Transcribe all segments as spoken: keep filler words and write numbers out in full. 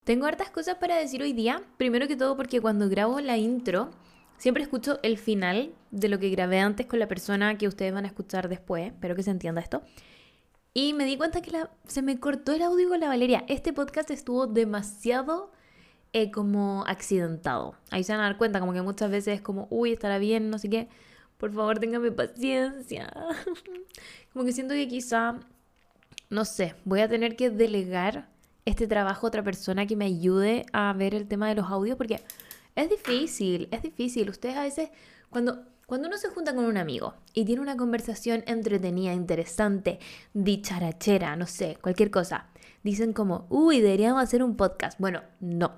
Tengo hartas cosas para decir hoy día. Primero que todo porque cuando grabo la intro, siempre escucho el final de lo que grabé antes con la persona que ustedes van a escuchar después. Espero que se entienda esto. Y me di cuenta que la- se me cortó el audio con la Valeria. Este podcast estuvo demasiado eh, como accidentado. Ahí se van a dar cuenta, como que muchas veces es como, uy, estará bien, no sé qué. Por favor, téngame paciencia. Como que siento que quizá no sé, voy a tener que delegar este trabajo a otra persona que me ayude a ver el tema de los audios porque es difícil, es difícil. Ustedes a veces, cuando, cuando uno se junta con un amigo y tiene una conversación entretenida, interesante, dicharachera, no sé, cualquier cosa, dicen como, uy, deberíamos hacer un podcast. Bueno, no,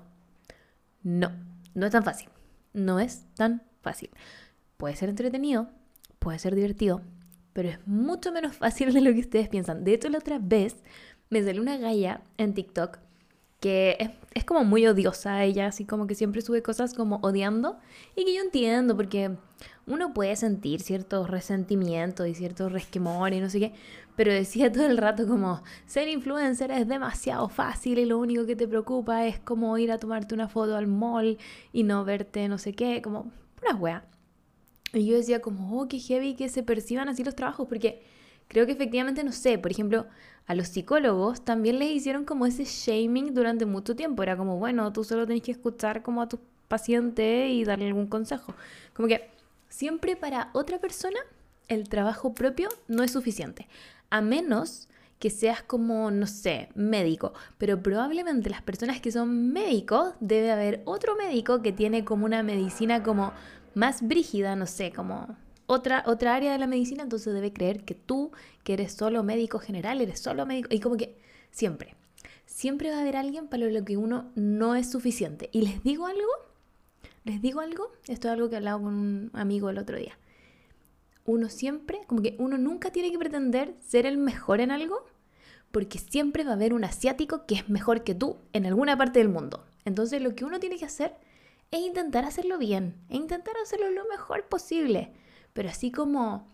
no, no es tan fácil. No es tan fácil. Puede ser entretenido, puede ser divertido, pero es mucho menos fácil de lo que ustedes piensan. De hecho, la otra vez me salió una galla en TikTok que es, es como muy odiosa ella, así como que siempre sube cosas como odiando y que yo entiendo porque uno puede sentir ciertos resentimientos y ciertos resquemores y no sé qué, pero decía todo el rato como ser influencer es demasiado fácil y lo único que te preocupa es como ir a tomarte una foto al mall y no verte no sé qué, como puras weas. Y yo decía como, oh, qué heavy que se perciban así los trabajos, porque creo que efectivamente, no sé, por ejemplo, a los psicólogos también les hicieron como ese shaming durante mucho tiempo. Era como, bueno, tú solo tenés que escuchar como a tu paciente y darle algún consejo. Como que siempre para otra persona el trabajo propio no es suficiente. A menos que seas como, no sé, médico. Pero probablemente las personas que son médicos, debe haber otro médico que tiene como una medicina como más brígida, no sé, como otra, otra área de la medicina, entonces debe creer que tú, que eres solo médico general, eres solo médico, y como que siempre, siempre va a haber alguien para lo que uno no es suficiente. Y les digo algo, les digo algo, esto es algo que he hablado con un amigo el otro día. Uno siempre, como que uno nunca tiene que pretender ser el mejor en algo, porque siempre va a haber un asiático que es mejor que tú en alguna parte del mundo. Entonces lo que uno tiene que hacer es intentar hacerlo bien, e intentar hacerlo lo mejor posible. Pero así como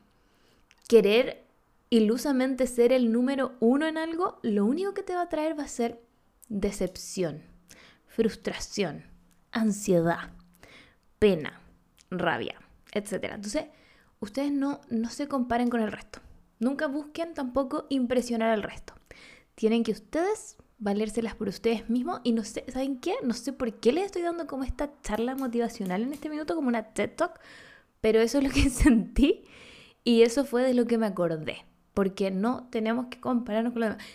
querer ilusamente ser el número uno en algo, lo único que te va a traer va a ser decepción, frustración, ansiedad, pena, rabia, etcétera. Entonces, ustedes no, no se comparen con el resto. Nunca busquen tampoco impresionar al resto. Tienen que ustedes valérselas por ustedes mismos y no sé, ¿saben qué? No sé por qué les estoy dando como esta charla motivacional en este minuto, como una TED Talk, pero eso es lo que sentí y eso fue de lo que me acordé, porque no tenemos que compararnos con los demás.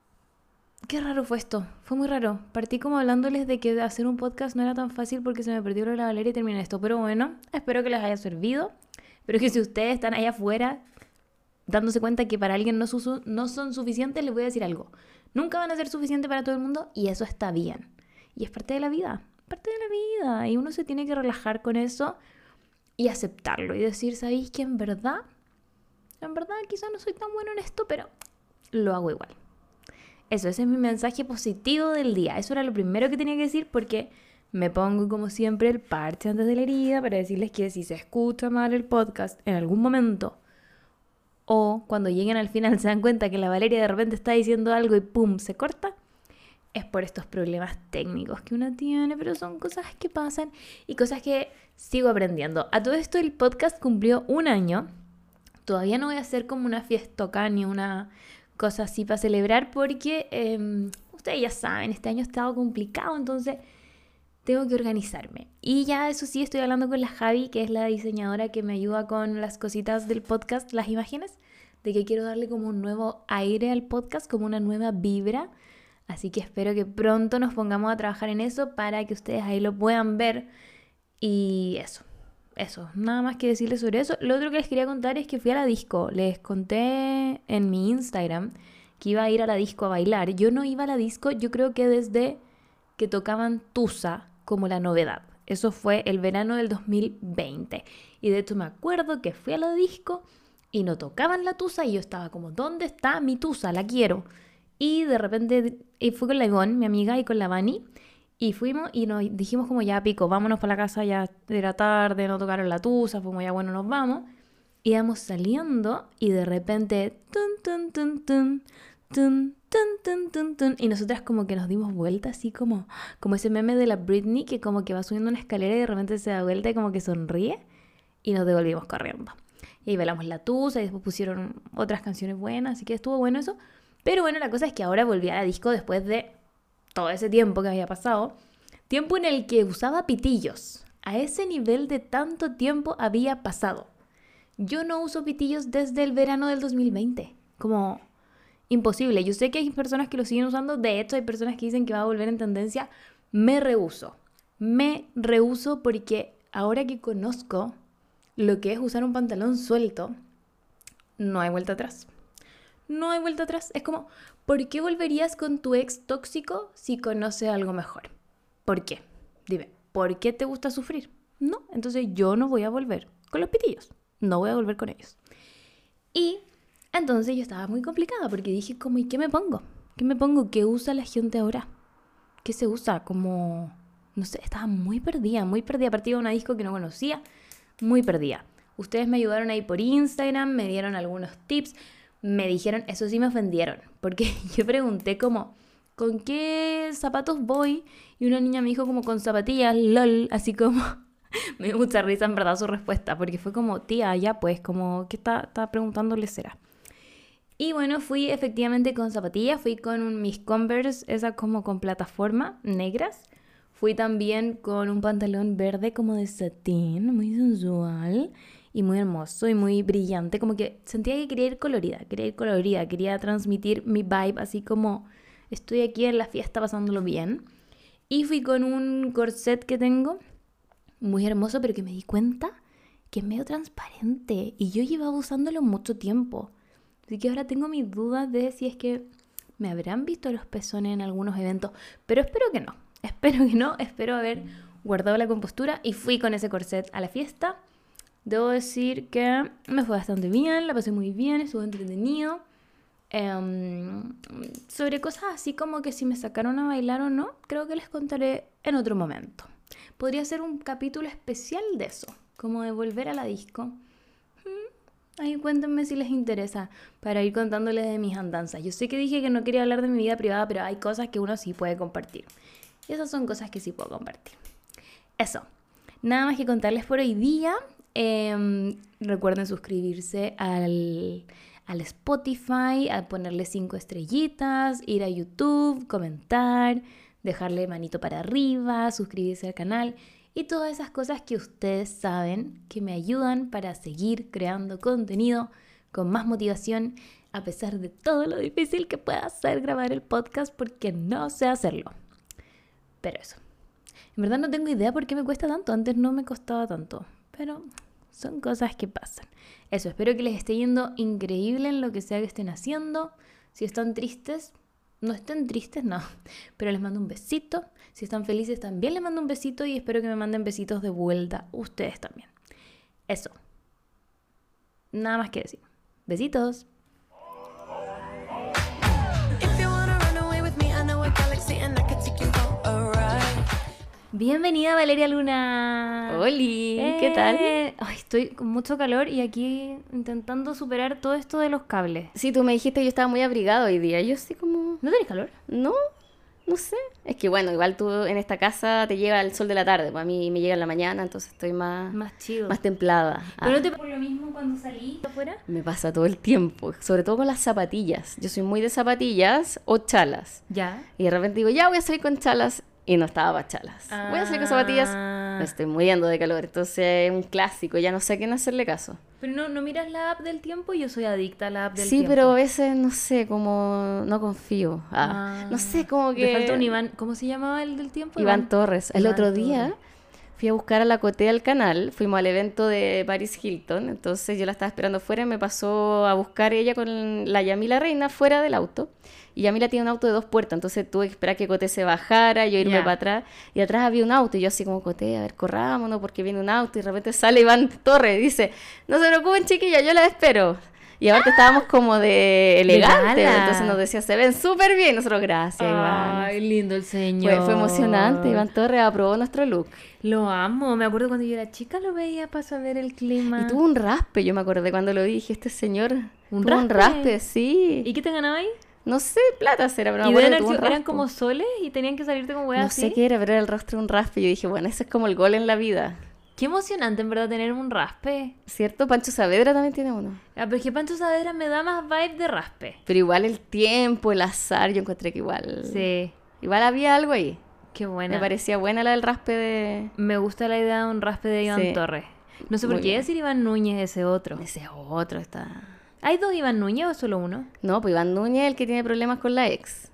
Qué raro fue esto, fue muy raro. Partí como hablándoles de que hacer un podcast no era tan fácil porque se me perdió lo de la Valeria y terminé esto, pero bueno, espero que les haya servido. Pero que si ustedes están allá afuera dándose cuenta que para alguien no, su- no son suficientes, les voy a decir algo. Nunca van a ser suficientes para todo el mundo y eso está bien. Y es parte de la vida, parte de la vida. Y uno se tiene que relajar con eso y aceptarlo y decir, ¿sabéis que en verdad, en verdad quizás no soy tan bueno en esto, pero lo hago igual? Eso, ese es mi mensaje positivo del día. Eso era lo primero que tenía que decir porque me pongo como siempre el parche antes de la herida para decirles que si se escucha mal el podcast en algún momento o cuando lleguen al final se dan cuenta que la Valeria de repente está diciendo algo y pum, se corta, es por estos problemas técnicos que uno tiene, pero son cosas que pasan y cosas que sigo aprendiendo. A todo esto el podcast cumplió un año. Todavía no voy a hacer como una fiestoca ni una cosa así para celebrar porque eh, ustedes ya saben, este año ha estado complicado, entonces tengo que organizarme. Y ya eso sí, estoy hablando con la Javi, que es la diseñadora que me ayuda con las cositas del podcast, las imágenes, de que quiero darle como un nuevo aire al podcast, como una nueva vibra. Así que espero que pronto nos pongamos a trabajar en eso para que ustedes ahí lo puedan ver. Y eso, eso, nada más que decirles sobre eso. Lo otro que les quería contar es que fui a la disco. Les conté en mi Instagram que iba a ir a la disco a bailar. Yo no iba a la disco, yo creo que desde que tocaban Tusa como la novedad. Eso fue el verano del dos mil veinte. Y de hecho me acuerdo que fui a la disco y no tocaban la Tusa y yo estaba como, ¿dónde está mi Tusa? La quiero. Y de repente y fui con la Ivonne, mi amiga, y con la Vani. Y fuimos y nos dijimos como ya pico, vámonos para la casa, ya era tarde, no tocaron la Tusa, fuimos ya bueno, nos vamos. Íbamos saliendo y de repente, tun, tun, tun, tun, tun, tun, tun, tun, tun. Y nosotras como que nos dimos vuelta así como, como ese meme de la Britney que como que va subiendo una escalera y de repente se da vuelta y como que sonríe y nos devolvimos corriendo. Y ahí bailamos La Tusa y después pusieron otras canciones buenas, así que estuvo bueno eso. Pero bueno, la cosa es que ahora volví a la disco después de todo ese tiempo que había pasado. Tiempo en el que usaba pitillos. A ese nivel de tanto tiempo había pasado. Yo no uso pitillos desde el verano del dos mil veinte. Como imposible. Yo sé que hay personas que lo siguen usando. De hecho, hay personas que dicen que va a volver en tendencia. Me rehúso. Me rehúso porque ahora que conozco lo que es usar un pantalón suelto, no hay vuelta atrás. No hay vuelta atrás. Es como, ¿por qué volverías con tu ex tóxico si conoces algo mejor? ¿Por qué? Dime, ¿por qué te gusta sufrir? No, entonces yo no voy a volver con los pitillos. No voy a volver con ellos. Y entonces yo estaba muy complicada porque dije, como, ¿y qué me pongo? ¿Qué me pongo? ¿Qué usa la gente ahora? ¿Qué se usa? Como, no sé, estaba muy perdida, muy perdida. A partir de una disco que no conocía, muy perdida. Ustedes me ayudaron ahí por Instagram, me dieron algunos tips, me dijeron, eso sí me ofendieron, porque yo pregunté como, ¿con qué zapatos voy? Y una niña me dijo como con zapatillas, lol, así como... Me dio mucha risa en verdad su respuesta, porque fue como, tía, ya pues, como, ¿qué está, está preguntándole será? Y bueno, fui efectivamente con zapatillas, fui con un, mis Converse, esas como con plataforma, negras. Fui también con un pantalón verde como de satín, muy sensual y muy hermoso y muy brillante. Como que sentía que quería ir colorida, quería ir colorida, quería transmitir mi vibe así como estoy aquí en la fiesta pasándolo bien. Y fui con un corset que tengo, muy hermoso, pero que me di cuenta que es medio transparente y yo llevaba usándolo mucho tiempo. Así que ahora tengo mis dudas de si es que me habrán visto los pezones en algunos eventos, pero espero que no, espero que no, espero haber guardado la compostura y fui con ese corset a la fiesta. Debo decir que me fue bastante bien, la pasé muy bien, estuvo entretenido. Um, sobre cosas así como que si me sacaron a bailar o no, creo que les contaré en otro momento. Podría ser un capítulo especial de eso, como de volver a la disco. Hmm, ahí cuéntenme si les interesa para ir contándoles de mis andanzas. Yo sé que dije que no quería hablar de mi vida privada, pero hay cosas que uno sí puede compartir. Y esas son cosas que sí puedo compartir. Eso, nada más que contarles por hoy día. Eh, recuerden suscribirse al, al Spotify, a ponerle cinco estrellitas, ir a YouTube, comentar, dejarle manito para arriba, suscribirse al canal y todas esas cosas que ustedes saben que me ayudan para seguir creando contenido con más motivación a pesar de todo lo difícil que pueda ser grabar el podcast porque no sé hacerlo. Pero eso, en verdad no tengo idea por qué me cuesta tanto, antes no me costaba tanto, pero son cosas que pasan. Eso, espero que les esté yendo increíble en lo que sea que estén haciendo. Si están tristes, no estén tristes, no, pero les mando un besito. Si están felices también les mando un besito y espero que me manden besitos de vuelta ustedes también. Eso. Nada más que decir. Besitos. Bienvenida Valeria Luna. Oli, eh, ¿qué tal? Ay, estoy con mucho calor y aquí intentando superar todo esto de los cables. Sí, tú me dijiste que yo estaba muy abrigado hoy día. Yo sí como... ¿No tenés calor? No, no sé. Es que bueno, igual tú en esta casa te llega el sol de la tarde. Pues a mí me llega en la mañana, entonces estoy más... Más chido. Más templada. ¿Pero no Ah, te pasa lo mismo cuando salís afuera? me pasa todo el tiempo, sobre todo con las zapatillas. Yo soy muy de zapatillas o chalas. Ya. Y de repente digo, ya voy a salir con chalas. Y no estaba para chalas. Voy a salir con zapatillas. Me estoy muriendo de calor. Entonces es un clásico. Ya no sé a quién hacerle caso. Pero no, no miras la app del tiempo. Yo soy adicta a la app del Sí, tiempo. pero a veces no sé, como no confío. Ah, Ah. no sé, como que... Te falta un Iván. ¿Cómo se llamaba el del tiempo? Iván Torres. El Iván otro Torres. día fui a buscar a la Coté al canal. Fuimos al evento de Paris Hilton. Entonces yo la estaba esperando afuera y me pasó a buscar ella con la Yamila Reina fuera del auto. Y Yamila tiene un auto de dos puertas, entonces tuve que esperar que Coté se bajara, yo irme Ya. para atrás. Y atrás había un auto y yo así como, Coté, a ver, corrámonos porque viene un auto. Y de repente sale Iván Torres y dice, no se preocupen chiquillas, yo la espero. Y aparte estábamos como de elegante, gala. entonces nos decía, se ven súper bien. Nosotros, gracias, Iván. Ay, lindo el señor. Fue, fue emocionante. Iván Torres aprobó nuestro look. Lo amo. Me acuerdo cuando yo era chica lo veía para saber el clima. Y tuvo un raspe, yo me acordé cuando lo vi. Dije, este señor ¿Un tuvo un raspe? raspe, sí. ¿Y qué te ganaba ahí? No sé, plata será, pero me Y acuerdo deben que haber tuvo un sido- eran raspo. como soles y tenían que salirte con weas No así. sé qué era, pero era el rostro de un raspe. Y yo dije, bueno, ese es como el gol en la vida. Qué emocionante en verdad tener un raspe. ¿Cierto? Pancho Saavedra también tiene uno. Ah, pero es que Pancho Saavedra me da más vibe de raspe. Pero igual el tiempo, el azar, yo encontré que igual... Sí, Igual había algo ahí. qué buena. Me parecía buena la del raspe de... Me gusta la idea de un raspe de Iván Sí. Torres. No sé por Muy qué bien. decir Iván Núñez ese otro. Ese otro está... ¿Hay dos Iván Núñez o solo uno? No, pues Iván Núñez, el que tiene problemas con la ex.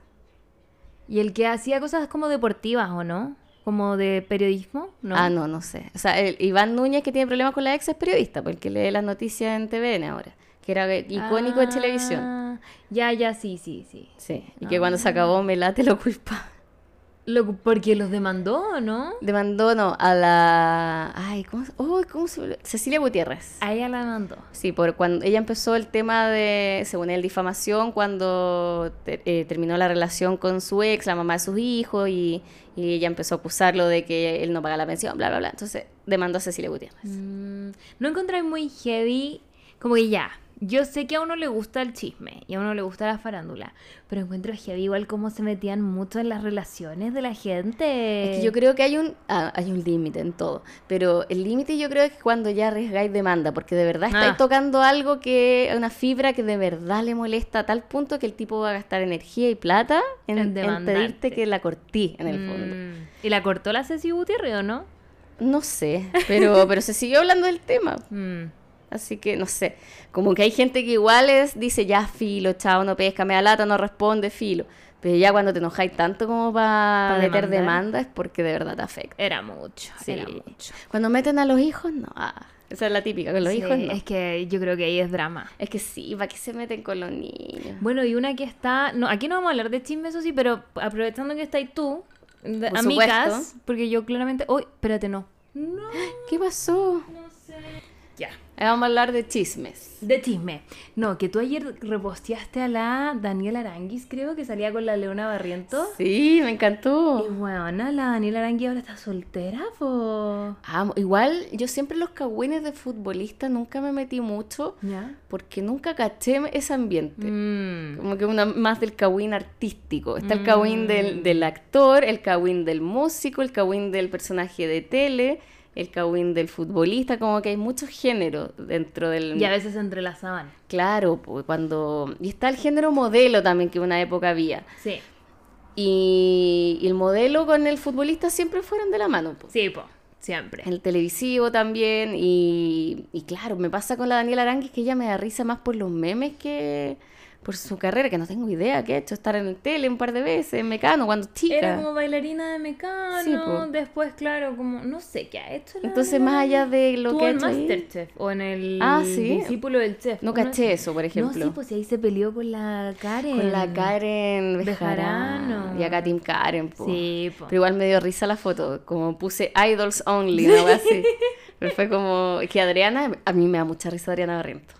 Y el que hacía cosas como deportivas, ¿o no? Como de periodismo, ¿no? Ah, no, no sé. O sea, el Iván Núñez, que tiene problemas con la ex, es periodista, porque lee las noticias en T V N ahora. Que era icónico de televisión. Ah, ya, ya, sí, sí, sí. Sí. Y que cuando se acabó me late lo culpa. Lo, porque los demandó, ¿no? Demandó, no, a la... Ay, ¿cómo, se- oh, ¿cómo se... Cecilia Gutiérrez. A ella la demandó. Sí, por cuando ella empezó el tema de, según él, difamación, cuando te- eh, terminó la relación con su ex, la mamá de sus hijos, y, y ella empezó a acusarlo de que él no paga la pensión, bla, bla, bla. Entonces demandó a Cecilia Gutiérrez. Mm, no encontré muy heavy, como que ya, yo sé que a uno le gusta el chisme y a uno le gusta la farándula, pero encuentro heavy igual cómo se metían mucho en las relaciones de la gente. Es que yo creo que hay un ah, hay un límite en todo, pero el límite yo creo que es cuando ya arriesgáis demanda, porque de verdad estáis Ah. tocando algo que, una fibra que de verdad le molesta a tal punto que el tipo va a gastar energía y plata en, En en demandarte. pedirte que la cortí en el fondo. Mm, ¿y la cortó la Ceci Gutiérrez o no? No sé, pero, pero se siguió hablando del tema. Mm. Así que no sé, como que hay gente que igual es, dice ya filo, chao, no pesca, me da lata, no responde, filo. Pero ya cuando te enojáis tanto como para Pa meter demandar. demanda es porque de verdad te afecta. Era mucho, Sí. era mucho. Cuando meten a los hijos, no. Ah, esa es la típica, con los Sí, hijos no. es que yo creo que ahí es drama. Es que sí, ¿para qué se meten con los niños? Bueno, y una que está... No, aquí no vamos a hablar de chisme, eso sí, pero aprovechando que está ahí tú, de- Por amigas, supuesto. porque yo claramente... Uy, espérate, no. No, ¿Qué pasó? no sé. Ya. Ahí vamos a hablar de chismes. De chisme. No, que tú ayer reposteaste a la Daniela Aranguis, creo, que salía con la Leona Barrientos. Sí, me encantó. Y bueno, la Daniela Aranguis ahora está soltera, po. Ah, igual, yo siempre los cagüines de futbolista nunca me metí mucho ¿Ya? porque nunca caché ese ambiente. Mm. Como que una más del cagüín artístico. Está el cagüín del, del actor, el cagüín del músico, el cagüín del personaje de tele, el cagüín del futbolista, como que hay muchos géneros dentro del... Y a veces se entrelazaban. Claro, pues cuando... Y está el género modelo también, que una época había. Sí. Y, y el modelo con el futbolista siempre fueron de la mano, pues. Sí, po. Siempre. El televisivo también. Y, y claro, me pasa con la Daniela Aranguis que ella me da risa más por los memes que por su carrera, que no tengo idea qué ha hecho. Estar en el tele un par de veces, en Mecano, cuando chica. Era como bailarina de Mecano, Sí, po. después, claro, como, no sé qué ha hecho. la Entonces, Daniela más allá de lo Estuvo que ha en hecho ahí, Masterchef o en el Ah, ¿sí? discípulo del chef. no Uno- caché eso, por ejemplo. No, sí, pues ahí se peleó con la Karen. Con la Karen Bejarano. Bejarano. Y acá Team Karen, po. Sí, po. Pero igual me dio risa la foto, como puse idols only, ¿no? Así. Pero fue como que Adriana, a mí me da mucha risa Adriana Barrientos.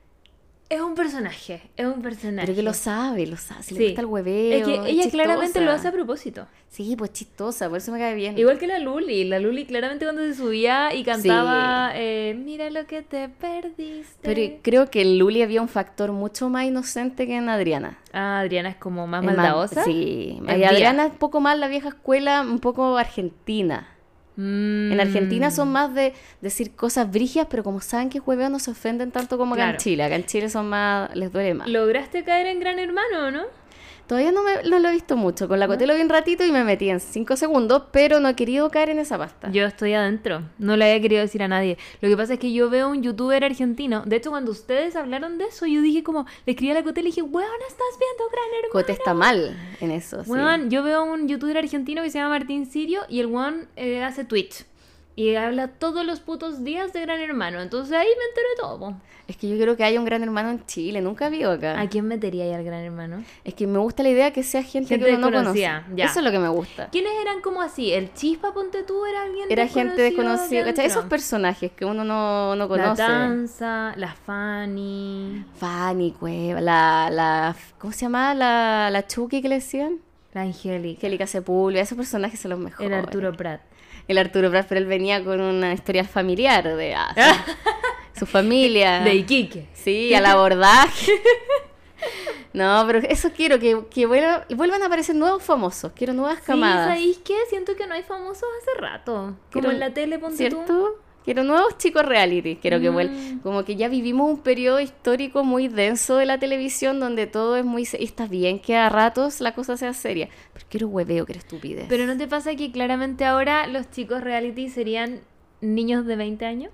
Es un personaje, es un personaje. Pero que lo sabe, lo sabe, si Sí. le gusta el hueveo. Es que ella chistosa. claramente lo hace a propóito. Sí, pues chistosa, por eso me cae bien. Igual que la Luli. La Luli claramente cuando se subía y cantaba eh, mira lo que te perdiste. Pero creo que en Luli había un factor mucho más inocente que en Adriana. Ah, Adriana es como más Es más- maldadosa. Sí, Es y vía. Adriana es un poco más la vieja escuela, un poco argentina. Mm. En Argentina son más de decir cosas brígidas, pero como saben que es hueveo no se ofenden tanto como acá en Claro. Chile. Acá en Chile son más, les duele más. ¿Lograste caer en Gran Hermano, no? Todavía no, me, no lo he visto mucho. Con la Coté lo vi un ratito y me metí en cinco segundos, pero no he querido caer en esa pasta. Yo estoy adentro. No le había querido decir a nadie. Lo que pasa es que yo veo un youtuber argentino. De hecho, cuando ustedes hablaron de eso, yo dije como, le escribí a la Coté y le dije, weón, estás viendo Gran Hermano. Coté está mal en eso. sí. Weón, yo veo un youtuber argentino que se llama Martín Sirio y el weón eh, hace Twitch. Y habla todos los putos días de Gran Hermano. Entonces ahí me entero de todo. Po. Es que yo creo que hay un gran hermano en Chile, nunca vi acá. ¿A quién metería ahí al Gran Hermano? Es que me gusta la idea que sea gente, Gente que uno no conoce. desconocida, ya. Eso es lo que me gusta. ¿Quiénes eran como así? ¿El Chispa, ponte tú, era alguien Era desconocido gente desconocida, de ¿cachai? adentro? Esos personajes que uno no, no La conoce. Tanza, la Fanny, Fanny Cueva, la, la, ¿cómo se llama? La, la Chucky que le decían. la Angélica, Angélica Sepúlveda, esos personajes son los mejores. el Arturo Prat. El Arturo Prat, pero él venía con una historia familiar de ah, su, su familia. De Iquique. Sí, al abordaje. No, pero eso quiero, que, que vuelva- vuelvan a aparecer nuevos famosos. Quiero nuevas Sí, camadas. ¿sabéis qué? Siento que no hay famosos hace rato. Como Quiero- en la tele, ponte ¿Cierto? tú. Quiero nuevos chicos reality, quiero que Mm. vuelvan. Como que ya vivimos un periodo histórico muy denso de la televisión donde todo es muy... se- Y está bien que a ratos la cosa sea seria, pero quiero hueveo, quiero estupidez. Pero ¿no te pasa que claramente ahora los chicos reality serían niños de veinte años?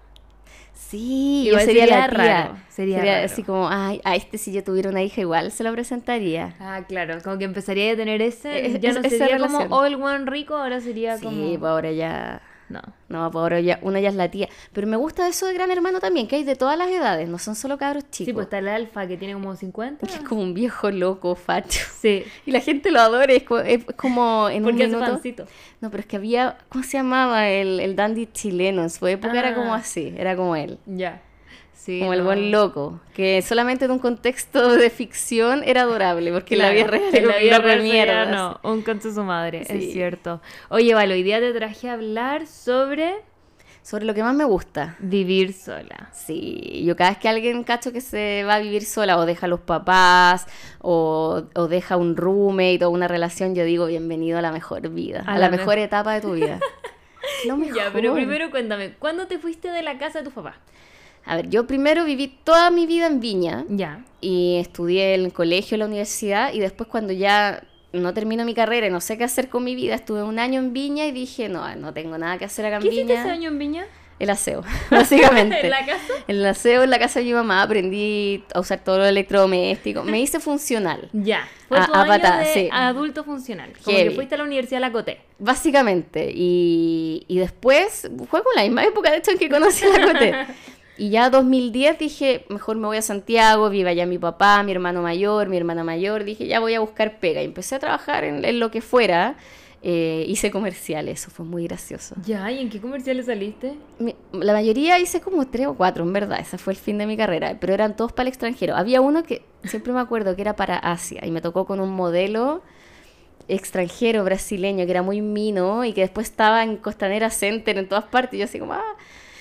Sí, Igual yo sería, sería la tía. raro, sería raro. así como, ay, a este si yo tuviera una hija igual se lo presentaría. Ah, claro, como que empezaría a tener ese, Es- ya no es- esa sería relación. como all one rico, ahora sería Sí, como... pues ahora ya... No. No, pues ahora ya, una ya es la tía. Pero me gusta eso de Gran Hermano también, que hay de todas las edades, no son solo cabros chicos. Sí, pues está el alfa que tiene como cincuenta. Que es como un viejo loco, facho. Sí, Y la gente lo adora, es co- es como en un porque hace minuto... pancito. No, pero es que había, ¿cómo se llamaba? El, el dandy chileno, en su época era como Ah. así, era como él. Ya. Sí, Como el no. buen loco, que solamente en un contexto de ficción era adorable, porque en la vida Claro, real en era la un vida loco de real mierda. sería, no, un concho su madre, Sí. es cierto. Oye, Vale, hoy día te traje a hablar sobre Sobre lo que más me gusta. vivir sola. Sí, yo cada vez que alguien cacho que se va a vivir sola o deja a los papás o, o deja un roommate o una relación, yo digo bienvenido a la mejor vida, A a, la la, me- mejor etapa de tu vida. Lo mejor. Ya, pero primero cuéntame, ¿cuándo te fuiste de la casa de tus papás? A ver, yo primero viví toda mi vida en Viña Ya. y estudié en el colegio, en la universidad y después cuando ya no termino mi carrera y no sé qué hacer con mi vida, estuve un año en Viña y dije, no, no tengo nada que hacer acá en ¿Qué hiciste Viña. ese año en Viña? El aseo, básicamente. ¿En la casa? El aseo en la casa de mi mamá, aprendí a usar todo lo electrodoméstico, me hice funcional. Ya. Fue A- tu a año patada, de sí. adulto funcional. Como Heavy. que fuiste a la universidad la Coté. Básicamente, y, y después fue con la misma época, de hecho, en que conocí a la Coté. Y ya dos mil diez dije, mejor me voy a Santiago, viva allá mi papá, mi hermano mayor, mi hermana mayor. Dije, ya voy a buscar pega. Y empecé a trabajar en, en lo que fuera. Eh, hice comerciales, eso fue muy gracioso. Ya, ¿y en qué comerciales saliste? Mi- la mayoría hice como tres o cuatro, en verdad. Ese fue el fin de mi carrera. Pero eran todos para el extranjero. Había uno que siempre me acuerdo que era para Asia. Y me tocó con un modelo extranjero, brasileño, que era muy mino. Y que después estaba en Costanera Center, en todas partes. Y yo así como, ah.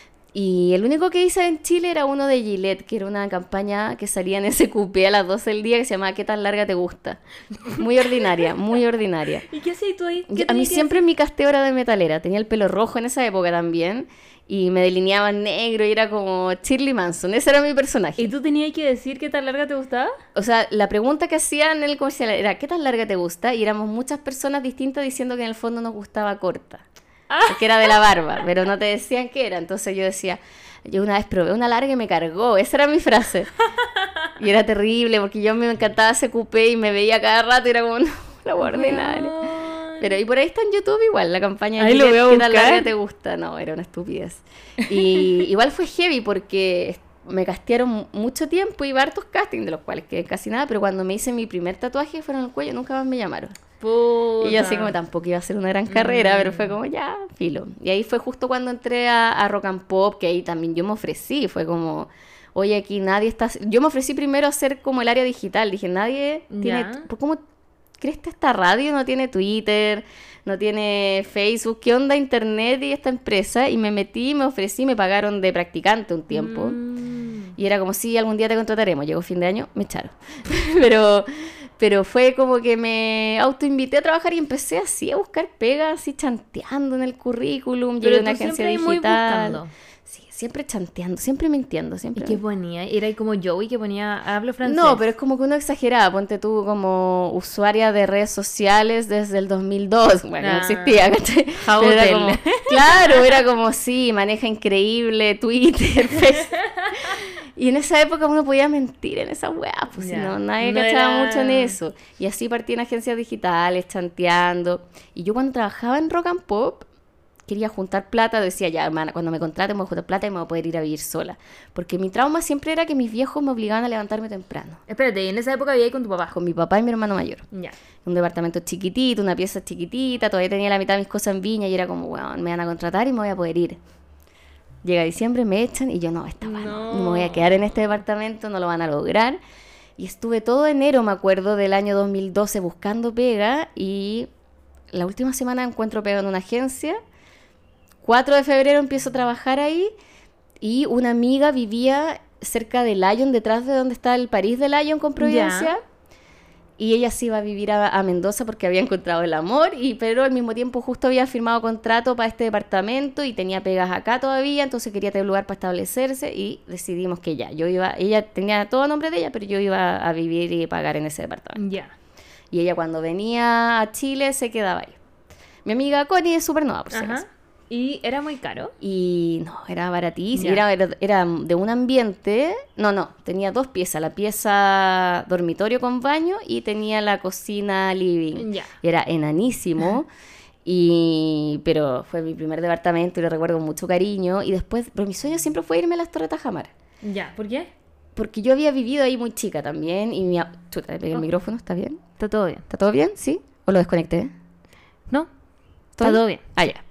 Y el único que hice en Chile era uno de Gillette, que era una campaña que salía en ese cupé a las doce del día que se llamaba ¿Qué tan larga te gusta? Muy ordinaria, muy ordinaria. ¿Y qué hacías tú ahí? ¿Qué Yo- a mí tenías que siempre mi casteo era de metalera, tenía el pelo rojo en esa época también y me delineaba en negro y era como Shirley Manson, ese era mi personaje. ¿Y tú tenías que decir qué tan larga te gustaba? O sea, la pregunta que hacían en el comercial era ¿qué tan larga te gusta? Y éramos muchas personas distintas diciendo que en el fondo nos gustaba corta. Porque era de la barba, pero no te decían qué era. Entonces yo decía, yo una vez probé una larga y me cargó. Esa era mi frase. Y era terrible porque yo me encantaba ese coupé y me veía cada rato y era como, no, la ordinaria. Weón. Pero y por ahí está en YouTube igual, la campaña de Ahí lo Gillette, voy a ¿qué tan buscar. larga te gusta? No, era una estupidez. Y igual fue heavy porque me castearon mucho tiempo y iba a hartos castings, de los cuales quedé casi nada, pero cuando me hice mi primer tatuaje fueron en el cuello, nunca más me llamaron. Puta. Y yo así como tampoco iba a ser una gran carrera, Mm. pero fue como ya, filo. Y ahí fue justo cuando entré a, a Rock and Pop, que ahí también yo me ofrecí, fue como, oye, aquí nadie está... Yo me ofrecí primero a hacer como el área digital, dije, nadie tiene... Ya. ¿Por ¿Cómo crees que esta radio no tiene Twitter, no tiene Facebook? ¿Qué onda Internet y esta empresa? Y me metí, me ofrecí, me pagaron de practicante un tiempo. Mm. Y era como, sí, algún día te contrataremos. Llegó fin de año, me echaron. pero, pero fue como que me autoinvité a trabajar y empecé así a buscar pegas, así chanteando en el currículum. Pero Llegué a una tú agencia siempre ahí muy digital. buscando. Sí, siempre chanteando, siempre mintiendo, ¿Y siempre. qué ponía? Era ahí como Joey que ponía, hablo francés. No, pero es como que uno exageraba. Ponte tú como usuaria de redes sociales desde el dos mil dos. Bueno, no Ah. existía, ¿cachai? How Pero era hotel. como, claro, era como, sí, maneja increíble Twitter, Facebook. Y en esa época uno podía mentir en esa weá, pues si Ya. no, nadie No cachaba era- mucho en eso. Y así partí en agencias digitales, chanteando. Y yo cuando trabajaba en Rock and Pop, quería juntar plata, decía, ya, hermana, cuando me contraten voy a juntar plata y me voy a poder ir a vivir sola. Porque mi trauma siempre era que mis viejos me obligaban a levantarme temprano. Espérate, ¿y en esa época vivía ahí con tu papá? Con mi papá y mi hermano mayor. Ya. Un departamento chiquitito, una pieza chiquitita, todavía tenía la mitad de mis cosas en Viña y era como, weón, me van a contratar y me voy a poder ir. Llega diciembre, me echan y yo, no, esta no. No. no me voy a quedar en este departamento, no lo van a lograr. Y estuve todo enero, me acuerdo, del año dos mil doce buscando pega y la última semana encuentro pega en una agencia. cuatro de febrero empiezo a trabajar ahí y una amiga vivía cerca de Lyon, detrás de donde está el París de Lyon con Providencia. y ella se iba a vivir a, a Mendoza porque había encontrado el amor, y pero al mismo tiempo justo había firmado contrato para este departamento y tenía pegas acá todavía, entonces quería tener lugar para establecerse y decidimos que ya, yo iba, ella tenía todo a nombre de ella, pero yo iba a vivir y pagar en ese departamento. Ya. Y ella cuando venía a Chile se quedaba ahí. Mi amiga Connie es súper nueva, por si Ajá. acaso. ¿Y era muy caro? Y no, era baratísimo. Ya. Era, era, era de un ambiente. No, no, tenía dos piezas. La pieza dormitorio con baño y tenía la cocina living. Ya. Era enanísimo. y Pero fue mi primer departamento y lo recuerdo con mucho cariño. Y después, pero mi sueño siempre fue irme a las Torres Tajamar. Ya, ¿por qué? Porque yo había vivido ahí muy chica también. Y mi. a- Chuta, le pegué el Oh. micrófono, ¿está bien? Está todo bien. ¿Está todo bien? ¿Sí? ¿O lo desconecté? ¿No? ¿Estoy? Está todo bien. Ah, ya.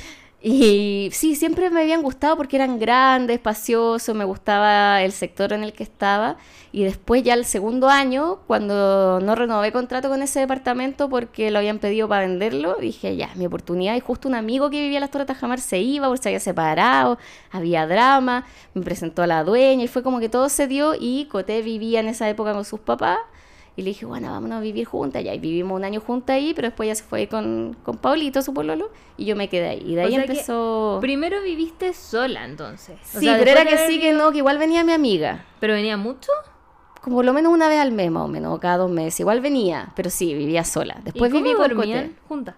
Y sí, siempre me habían gustado porque eran grandes, espaciosos, me gustaba el sector en el que estaba. Y después ya el segundo año, cuando no renové contrato con ese departamento porque lo habían pedido para venderlo, dije, ya, mi oportunidad. Y justo un amigo que vivía en las Torres Tajamar se iba porque se había separado, había drama, me presentó a la dueña y fue como que todo se dio y Coté vivía en esa época con sus papás. Y le dije, bueno, vámonos a vivir juntas. Ya, y vivimos un año juntas ahí, pero después ya se fue ahí con, con Paulito, su pololo, y yo me quedé ahí. Y de O ahí sea que primero Primero viviste sola, entonces. O Sí, sea, pero era después que de sí, haber- que no, que igual venía mi amiga. ¿Pero venía mucho? Como por lo menos una vez al mes, más o menos, o cada dos meses. Igual venía, pero sí, vivía sola. Después ¿Y cómo viví con dormían Coté. juntas?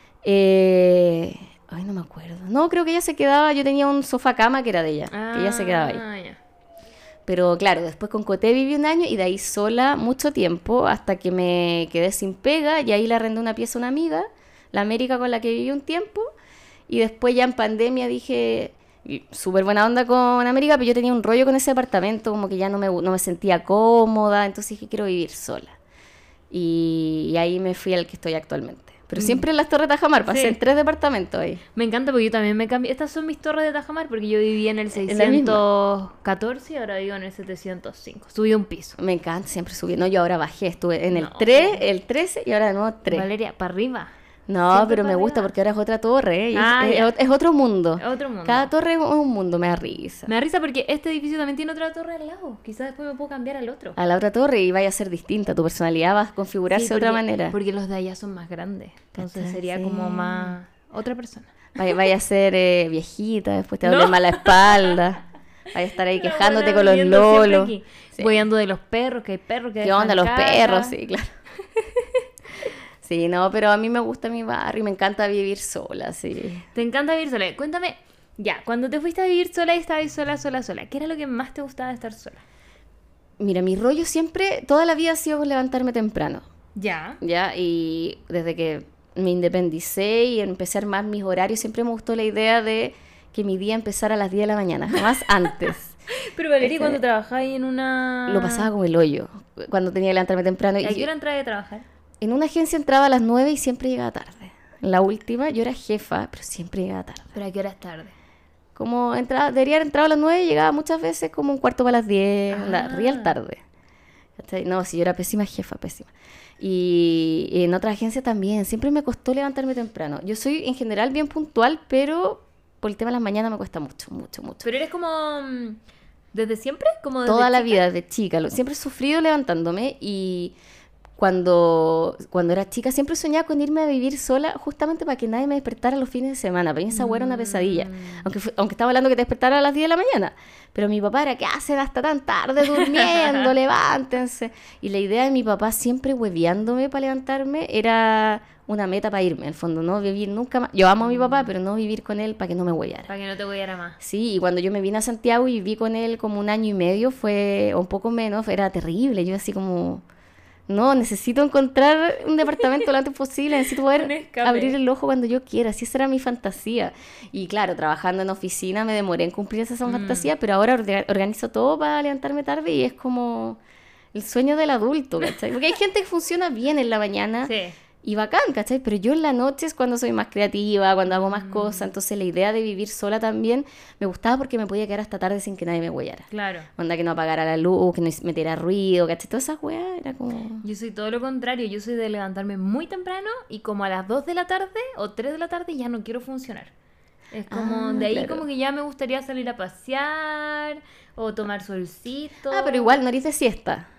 Eh... Ay, no me acuerdo. No, creo que ella se quedaba, yo tenía un sofá cama que era de ella, que ella se quedaba ahí. Ah, ya. Pero claro, después con Coté viví un año y de ahí sola mucho tiempo hasta que me quedé sin pega y ahí le arrendé una pieza a una amiga, la América con la que viví un tiempo. Y después ya en pandemia dije, y súper buena onda con América, pero yo tenía un rollo con ese departamento, como que ya no me, no me sentía cómoda, entonces dije, quiero vivir sola. Y, y ahí me fui al que estoy actualmente. Pero siempre en las Torres Tajamar, pasé Sí. en tres departamentos ahí. Me encanta porque yo también me cambié. Estas son mis torres de Tajamar porque yo vivía en el En la misma. seiscientos catorce y ahora vivo en el setecientos cinco. Subí un piso. Me encanta, siempre subí. No, yo ahora bajé, estuve en el No. tres, el trece y ahora de nuevo tres. Valeria, para arriba. No, Siempre pero me para gusta arriba. porque ahora es otra torre, ¿eh? Y Ah, es, ya. es- es otro mundo. Es otro mundo. Cada torre es un mundo, me da risa. Me da risa porque este edificio también tiene otra torre al lado. Quizás después me puedo cambiar al otro. A la otra torre y vaya a ser distinta, tu personalidad va a configurarse Sí, de otra porque- manera. Porque los de allá son más grandes. Entonces ¿Cachai? sería Sí. como más otra persona. Vaya, vaya a ser eh, viejita, después te duele No. más la espalda. Vaya a estar ahí La quejándote buena con los viviendo siempre lolos. aquí. Sí. Voy ando de los perros, que hay perros que ¿Qué dejan onda los caca. perros? Sí, claro. Sí, no, pero a mí me gusta mi barrio y me encanta vivir sola, sí. Te encanta vivir sola. Cuéntame, ya, cuando te fuiste a vivir sola y estabas sola, sola, sola, ¿qué era lo que más te gustaba de estar sola? Mira, mi rollo siempre, toda la vida ha sido levantarme temprano. Ya. ¿Ya? Y desde que me independicé y empecé a armar mis horarios, siempre me gustó la idea de que mi día empezara a las diez de la mañana, jamás antes. Pero Valeria, Este- cuando trabajabas ahí en una... Lo pasaba como el hoyo, cuando tenía que levantarme temprano. ¿A Y qué hora entrabas a trabajar? en una agencia entraba a las nueve y siempre llegaba tarde. En la última yo era jefa, pero siempre llegaba tarde. ¿Pero a qué hora es tarde? Como entraba, debería haber entrado a las nueve y llegaba muchas veces como un cuarto para las diez, la Ah. real tarde. ¿Cachai? No, si yo era pésima jefa, pésima. Y, y en otra agencia también, siempre me costó levantarme temprano. Yo soy en general bien puntual, pero por el tema de las mañanas me cuesta mucho, mucho, mucho. ¿Pero eres como... mm, ¿desde siempre? Como desde Toda la chica? vida, de chica, lo- siempre he sufrido levantándome y cuando, cuando era chica siempre soñaba con irme a vivir sola justamente para que nadie me despertara los fines de semana. Para mí esa hueá era una pesadilla. Aunque, fu- aunque estaba hablando que te despertara a las diez de la mañana. Pero mi papá era, ¿qué hacen hasta tan tarde durmiendo? Levántense. Y la idea de mi papá siempre hueveándome para levantarme era una meta para irme, en el fondo, no vivir nunca más. Yo amo a mi papá, pero no vivir con él para que no me hueveara. Para que no te voyara más. Sí, y cuando yo me vine a Santiago y viví con él como un año y medio, fue, o un poco menos, era terrible. Yo así como, no, necesito encontrar un departamento lo antes posible, necesito Un poder escape. abrir el ojo cuando yo quiera. Así esa era mi fantasía. Y claro, trabajando en oficina me demoré en cumplir esa Mm. fantasía, pero ahora orga- organizo todo para levantarme tarde y es como el sueño del adulto, ¿cachai? Porque hay gente que funciona bien en la mañana. Sí. Y bacán, ¿cachai? Pero yo en la noche es cuando soy más creativa, cuando hago más Mm. cosas. Entonces la idea de vivir sola también me gustaba porque me podía quedar hasta tarde sin que nadie me huellara. Claro. Onda que no apagara la luz, que no metiera ruido, ¿cachai? Todas esas weas era como... Yo soy todo lo contrario. Yo soy de levantarme muy temprano y como a las dos de la tarde o tres de la tarde ya no quiero funcionar. Es como, Ah, de ahí claro. como que ya me gustaría salir a pasear o tomar solcito. Ah, pero igual, no eres de siesta.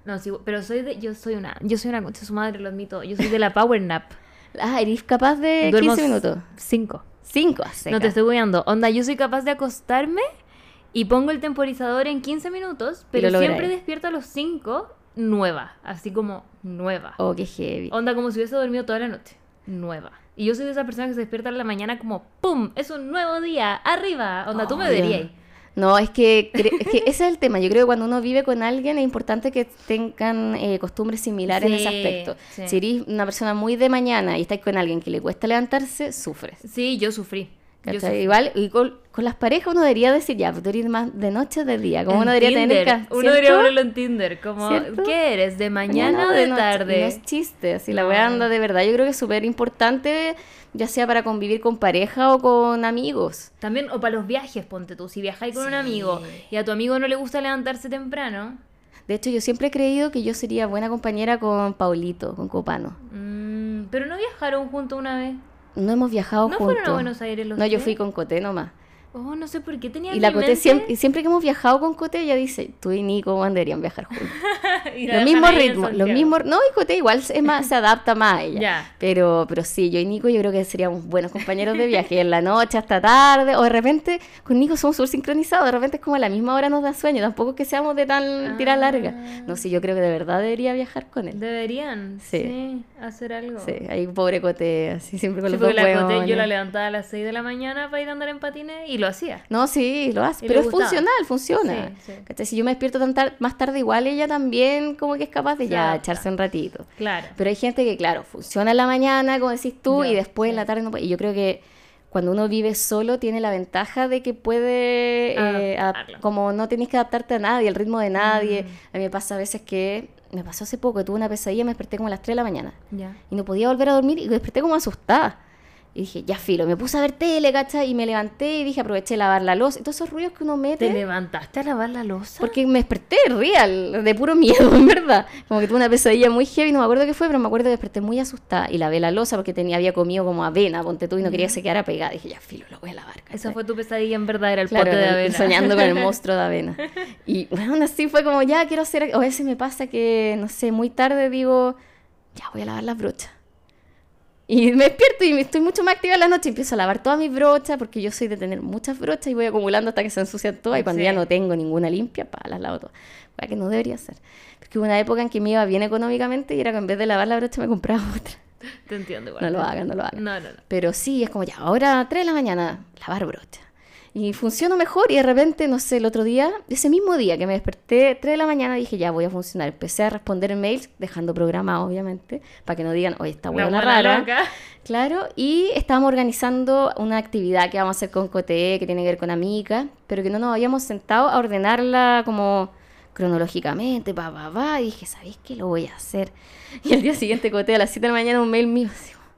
No, sí, pero soy de, yo soy una, yo soy una concha de su madre, lo admito. Yo soy de la power nap. Ah, ¿eres capaz de Duermo quince minutos? Cinco. Cinco, a seca. No te estoy guiando. Onda, yo soy capaz de acostarme y pongo el temporizador en quince minutos, pero lo siempre lográis. despierto a los cinco nueva. Así como nueva. Oh, qué heavy. Onda, como si hubiese dormido toda la noche. Nueva. Y yo soy de esa persona que se despierta en la mañana como ¡pum! Es un nuevo día. ¡Arriba! Onda, tú me Oh, verías. ya. No, es que, cre- es que ese es el tema. Yo creo que cuando uno vive con alguien es importante que tengan eh, costumbres similares en ese Sí, aspecto. sí. Si eres una persona muy de mañana y estáis con alguien que le cuesta levantarse, sufres. Sí, yo sufrí. Yo ¿Cachai? sufrí. Igual, y con, con las parejas uno debería decir, ya, pues tú eres más de noche o de día. Como En uno debería tener... Tinder. ca- Uno ¿cierto? debería ponerlo en Tinder. Como, ¿Cierto? ¿qué eres? ¿De mañana o de noche. tarde? No es chiste, así la No. weá anda de verdad. Yo creo que es súper importante, ya sea para convivir con pareja o con amigos. También, o para los viajes, ponte tú. Si viajáis con un Sí. amigo y a tu amigo no le gusta levantarse temprano, De hecho, yo siempre he creído que yo sería buena compañera con Paulito, con Copano. mm, pero no viajaron juntos una vez. No hemos viajado ¿No juntos. fueron a Buenos Aires los No, yo tres? fui con Coté nomás. Oh, no sé por qué tenía Y en la mi Coté mente- siempre, y siempre que hemos viajado con Coté, ella dice, tú y Nico Juan deberían viajar juntos. Y la Los dejan mismos ahí en ritmos, los Santiago. mismos... No, y Coté igual es más, se adapta más a ella. Ya. Pero, pero sí, yo y Nico yo creo que seríamos buenos compañeros de viaje. En la noche hasta tarde, o de repente, con Nico somos súper sincronizados, de repente es como a la misma hora nos da sueño, tampoco es que seamos de tan tira Ah. larga. No sé, yo creo que de verdad debería viajar con él. Deberían, sí. Sí. hacer algo. Sí, ahí pobre Coté, así siempre con Sí, los dos porque la Coté, yo hueones. la levantaba a las seis de la mañana para ir a andar en patines y lo hacía. No, sí, lo hace, Y pero le es gustaba. funcional, funciona. Sí, sí. ¿Cachai? Si yo me despierto tan tar- más tarde, igual ella también como que es capaz de Se ya adapta. echarse un ratito. Claro. Pero hay gente que, claro, funciona en la mañana, como decís tú, Ya, y después en sí. la tarde no puede. Y yo creo que cuando uno vive solo tiene la ventaja de que puede, eh, adap- Adaptarlo. como no tenés que adaptarte a nadie, al ritmo de nadie. Mm. A mí me pasa a veces que, me pasó hace poco, tuve una pesadilla, me desperté como a las tres de la mañana. Ya. Y no podía volver a dormir y me desperté como asustada. Y dije, ya filo, me puse a ver tele, ¿cachai? Y me levanté y dije, aproveché de lavar la loza. Y todos esos ruidos que uno mete. ¿Te levantaste a lavar la loza? Porque me desperté real, de puro miedo, en verdad. Como que tuve una pesadilla muy heavy, no me acuerdo qué fue, pero me acuerdo que desperté muy asustada. Y lavé la loza porque tenía, había comido como avena, ponte tú, y no quería que se quedara pegada. Dije, ya filo, lo voy a lavar. ¿cachai? Esa fue tu pesadilla en verdad, era el Claro, pote de el- avena. soñando con el monstruo de avena. Y bueno, así fue como, ya quiero hacer. O a veces me pasa que, no sé, muy tarde digo, ya voy a lavar las brochas. Y me despierto y me- estoy mucho más activa en la noche. Empiezo a lavar todas mis brochas porque yo soy de tener muchas brochas y voy acumulando hasta que se ensucian todas. Y cuando Sí. ya no tengo ninguna limpia, pa, las lavo todas. Cosa que no debería ser. Porque hubo una época en que me iba bien económicamente y era que en vez de lavar la brocha me compraba otra. Te entiendo igual. No lo hagan, no lo hagan. No, no, no. Pero sí, es como ya, ahora tres de la mañana, lavar brocha. Y funcionó mejor y de repente, no sé, el otro día, ese mismo día que me desperté, tres de la mañana, dije ya voy a funcionar. Empecé a responder mails, dejando programado obviamente, para que no digan, oye, esta La huevona buena rara. loca. Claro, y estábamos organizando una actividad que vamos a hacer con Coté, que tiene que ver con amigas, pero que no nos habíamos sentado a ordenarla como cronológicamente, pa, pa, pa, y dije, ¿sabéis qué? Lo voy a hacer. Y el día siguiente Coté a las siete de la mañana un mail mío, así como,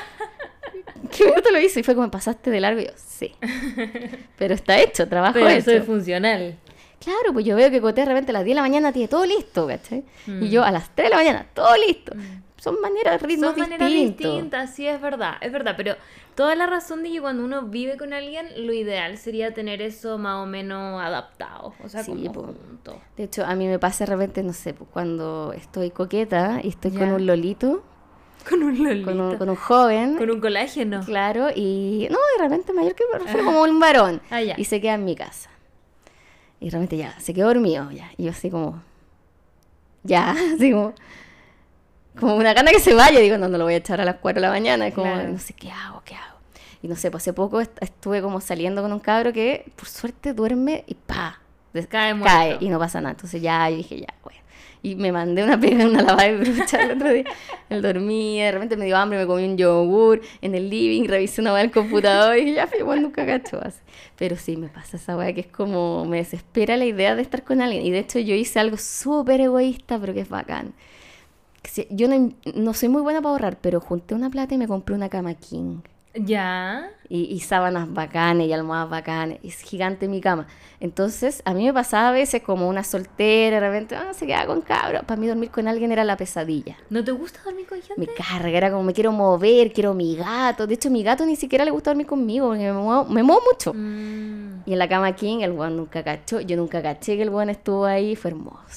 ¿qué minuto lo hizo? Y fue como, ¿pasaste de largo? Y yo, sí. Pero está hecho, trabajo Pero hecho. eso es funcional. Claro, pues yo veo que Coté de repente a las diez de la mañana tiene todo listo, ¿cachai? Mm. Y yo a las tres de la mañana, todo listo. Son maneras, ritmos Son maneras distintos. distintas, sí, es verdad, es verdad, pero toda la razón de que cuando uno vive con alguien, lo ideal sería tener eso más o menos adaptado, o sea, Sí, como po. junto. De hecho, a mí me pasa de repente, no sé, pues, cuando estoy coqueta y estoy con Ya. un lolito, Con un lolito. con un, con un joven, Con un colágeno. claro, y no, de repente mayor que me refiero como un varón, Ah, ya. y se queda en mi casa. Y de repente ya, se quedó dormido, ya, y yo así como, ya, así como, como una gana que se vaya, digo, no, no lo voy a echar a las cuatro de la mañana, es como, Claro. no sé, ¿qué hago? ¿Qué hago? Y no sé, pues hace poco est- estuve como saliendo con un cabro que, por suerte, duerme y pa, des- Cae muerto. cae y no pasa nada. Entonces ya, yo dije, ya, bueno. Y me mandé una pega, una lavada de brocha el otro día. Él dormía, de repente me dio hambre, me comí un yogur en el living, revisé una vez el computador y dije, ya, fui, igual nunca cacho así. Pero sí, me pasa esa weá que es como, me desespera la idea de estar con alguien. Y de hecho yo hice algo súper egoísta, pero que es bacán. Que si- Yo no, no soy muy buena para ahorrar, pero junté una plata y me compré una cama king. Ya. Y, y sábanas bacanes y almohadas bacanes. Es gigante mi cama. Entonces, a mí me pasaba a veces como una soltera, de repente, ah, se quedaba con cabros. Para mí dormir con alguien era la pesadilla. ¿No te gusta dormir con gente? Me carga, era como me quiero mover, quiero mi gato. De hecho, mi gato ni siquiera le gusta dormir conmigo porque me muevo, me muevo mucho. Mm. Y en la cama king, el weón nunca cachó. Yo nunca caché que el weón estuvo ahí. Fue hermoso.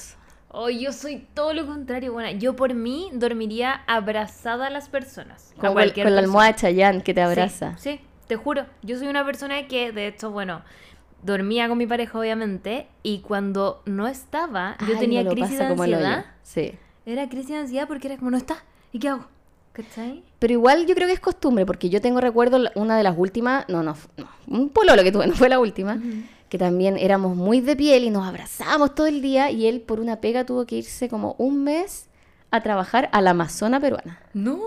Oh, yo soy todo lo contrario, bueno, yo por mí dormiría abrazada a las personas. A Como con, cualquier con la persona. almohada Chayanne que te abraza. Sí, sí, te juro. Yo soy una persona que, de hecho, bueno, dormía con mi pareja, obviamente, y cuando no estaba, yo Ay, tenía no lo crisis de pasa como el hoyo. ansiedad. Sí. Era crisis de ansiedad porque era como, no está, ¿y qué hago? ¿Cachai? Pero igual yo creo que es costumbre, porque yo tengo recuerdo la- una de las últimas, no, no, no, un pololo que tuve, no fue la última, Ujú. que también éramos muy de piel y nos abrazábamos todo el día y él por una pega tuvo que irse como un mes a trabajar a la Amazona peruana. No.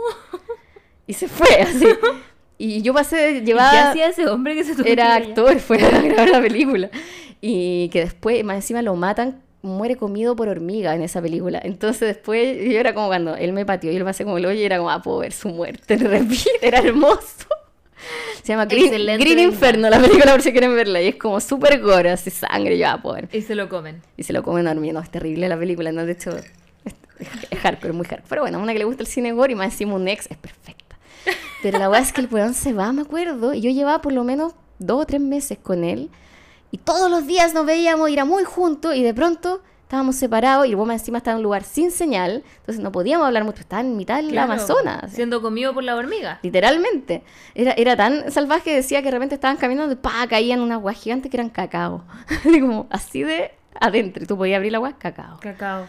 Y se fue así. Y yo pasé, ¿Y qué llevaba, hacía ese hombre que se tuvo era que ir allá? actor, fue a grabar la película. Y que después, más encima lo matan, muere comido por hormiga en esa película. Entonces después, yo era como cuando él me pateó y él me pasé como el hoyo y era como, ah, puedo ver su muerte, repite, era hermoso. Se llama Green, Excelente Green venganza. Inferno, la película por si quieren verla. Y es como súper gore, así sangre, yo, ah, puedo ver. Y se lo comen. Y se lo comen dormido, no, es terrible la película, no, de hecho, es, es hardcore, muy hardcore. Pero bueno, a una que le gusta el cine gore y más encima un ex, es perfecta. Pero la verdad es que el weón se va, me acuerdo, y yo llevaba por lo menos dos o tres meses con él, y todos los días nos veíamos, y era muy juntos, y de pronto estábamos separados, y el weón encima estaba en un lugar sin señal, entonces no podíamos hablar mucho, estaba en mitad del Claro, Amazonas. siendo comido por la hormiga. Literalmente. Era, era tan salvaje, decía que de repente estaban caminando y pa, caían unas aguas gigantes que eran cacao. Como así de adentro. Y tú podías abrir la agua, cacao. Cacao.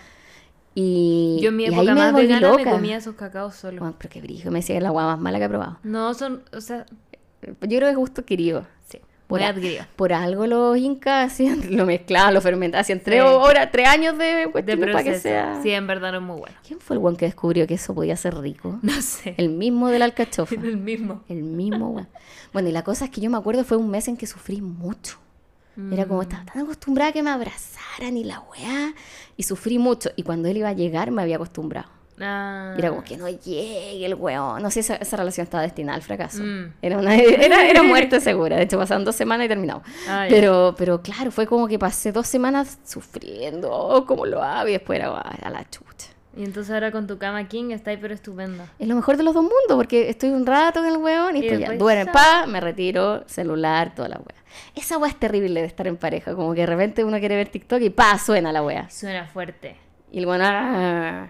Y, Yo en mi y ahí época me más volví vegana me loca. comía esos cacaos solo. Bueno, pero qué brillo, me decía que es la agua más mala que he probado. No, son, o sea, Yo creo que es gusto adquirido. sí, Por, muy a- adquirido. por algo los incas hacían, lo mezclaban, lo fermentaban, hacían tres Sí. horas, tres años de De cuestiones para que proceso. sea. Sí, en verdad no es muy bueno. ¿Quién fue el weón que descubrió que eso podía ser rico? No sé. El mismo de la alcachofa. El mismo. El mismo, weón. Bueno, y la cosa es que yo me acuerdo fue un mes en que sufrí mucho. Era como, estaba tan acostumbrada a que me abrazaran y la weá. Y sufrí mucho. Y cuando él iba a llegar, me había acostumbrado. Ah. Y era como que no llegue el weón. No sé, esa, esa relación estaba destinada al fracaso. Mm. Era, una, era, era muerte segura. De hecho, pasaron dos semanas y terminamos. Ah, ya. pero, pero claro, fue como que pasé dos semanas sufriendo. Oh, ¿cómo lo hago? Y después era, "Ah, a la chucha". Y entonces ahora con tu cama king está ahí pero estupendo. Es lo mejor de los dos mundos, porque estoy un rato con el weón y, Y después ya después duerme, chao. pa, me retiro, celular, toda la wea. Esa wea es terrible de estar en pareja, como que de repente uno quiere ver TikTok y pa, suena la wea. Suena fuerte. Y el weón, ah,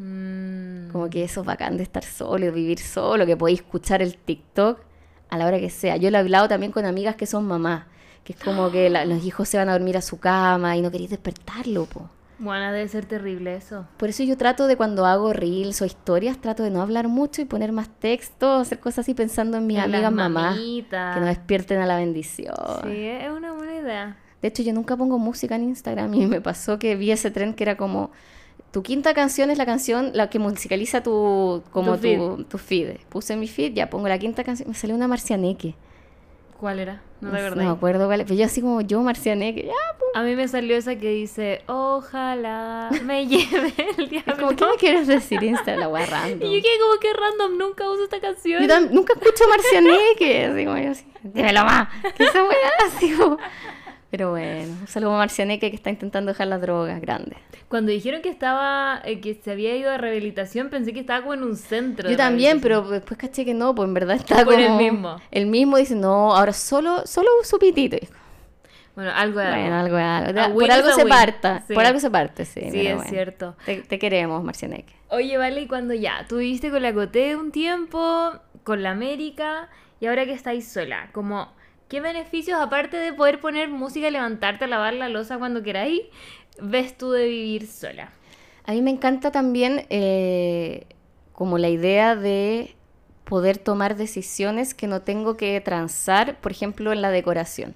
Mm. como que eso es bacán de estar solo, de vivir solo, que podéis escuchar el TikTok a la hora que sea. Yo lo he hablado también con amigas que son mamás, que es como que la- los hijos se van a dormir a su cama y no queréis despertarlo, po. Bueno, debe ser terrible eso. Por eso yo trato de cuando hago reels o historias, trato de no hablar mucho y poner más texto, hacer cosas así pensando en mis En amigas las mamás. mamitas. Que nos despierten a la bendición. Sí, es una buena idea. De hecho, yo nunca pongo música en Instagram y me pasó que vi ese tren que era como... Tu quinta canción es la canción la que musicaliza tu, como Tu feed. tu, tu feed. Puse mi feed, ya pongo la quinta canción. Me salió una Marcianeque. ¿Cuál era? No te No, acordás. me acuerdo cuál es. Pero yo así como yo, Marcianeque. Ya, pues. A mí me salió esa que dice, ojalá me lleve el diablo. Como, ¿qué me quieres decir Insta? La wea random. Y yo quedé como que random, nunca uso esta canción. Yo tam- nunca escucho Marcianeque. Así como yo así. Dímelo más. ¿Qué esa wea? Así como... Pero bueno, un saludo a Marcianeque que está intentando dejar las drogas grandes. Cuando dijeron que estaba, eh, que se había ido a rehabilitación, pensé que estaba como en un centro. de Yo también, rehabilitación. pero después caché que no, pues en verdad está Por como... el mismo. El mismo dice, no, ahora solo, solo su pitito. Y, Bueno, algo de algo. bueno, algo, algo. A Por win algo is a se win. parta, Sí. por algo se parte, sí. Sí, pero es bueno. cierto. Te, te queremos, Marcianeque. Oye, vale, y cuando ya, tú viviste con la Coté un tiempo, con la América, y ahora que estáis sola, como, ¿qué beneficios, aparte de poder poner música, levantarte a lavar la loza cuando queráis, ves tú de vivir sola? A mí me encanta también eh, como la idea de poder tomar decisiones que no tengo que transar, por ejemplo, en la decoración.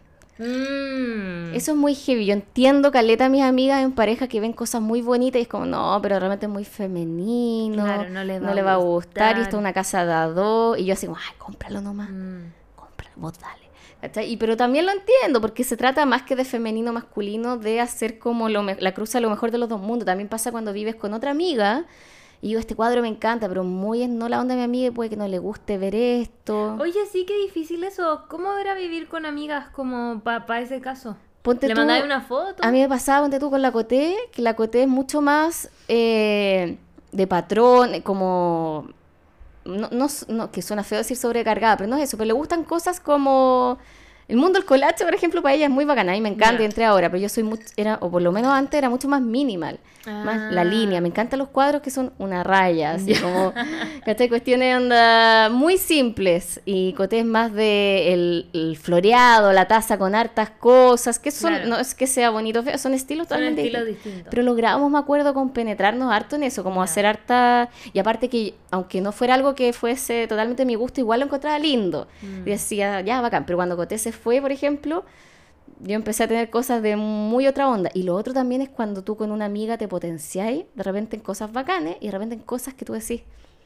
Mm. Eso es muy heavy. Yo entiendo, caleta, a mis amigas en pareja que ven cosas muy bonitas y es como, no, pero realmente es muy femenino. Claro, no les va va a a gustar. Y gustar. esto es una casa de a dos. Y yo así como, ay, cómpralo nomás. Mm. Cómpralo, vos dale. ¿Cachai? Y, pero también lo entiendo, porque se trata más que de femenino masculino, de hacer como lo me- la cruza lo mejor de los dos mundos. También pasa cuando vives con otra amiga. Y digo, este cuadro me encanta, pero muy es no la onda de mi amiga y puede que no le guste ver esto. Oye, sí, qué difícil eso. ¿Cómo era vivir con amigas como para ese caso? Ponte ¿Le tú- mandáis una foto? A mí me pasaba, ponte tú con la Coté, que la Coté es mucho más eh, de patrón, como... No, no, no, que suena feo decir sobrecargada, pero no es eso, pero le gustan cosas como El mundo del collage, por ejemplo, para ella es muy bacana. A mí me encanta, Ya. y entré ahora, pero yo soy mucho, era, o por lo menos antes era mucho más minimal. Más la Ah. línea. Me encantan los cuadros que son una raya, así como, ¿cachai? Cuestiones onda muy simples. Y Coté es más de el, el floreado, la taza con hartas cosas, que son, Claro. no es que sea bonito o feo, son estilos Son totalmente estilos distintos. distintos. Pero logramos, me acuerdo, compenetrarnos harto en eso, como Ya. hacer harta... Y aparte que, aunque no fuera algo que fuese totalmente mi gusto, igual lo encontraba lindo. Mm. Y decía, ya, bacán. Pero cuando Coté se fue, por ejemplo, yo empecé a tener cosas de muy otra onda. Y lo otro también es cuando tú con una amiga te potenciáis, de repente en cosas bacanes y de repente en cosas que tú decís.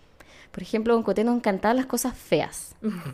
Por ejemplo, con Coté nos encantaban las cosas feas.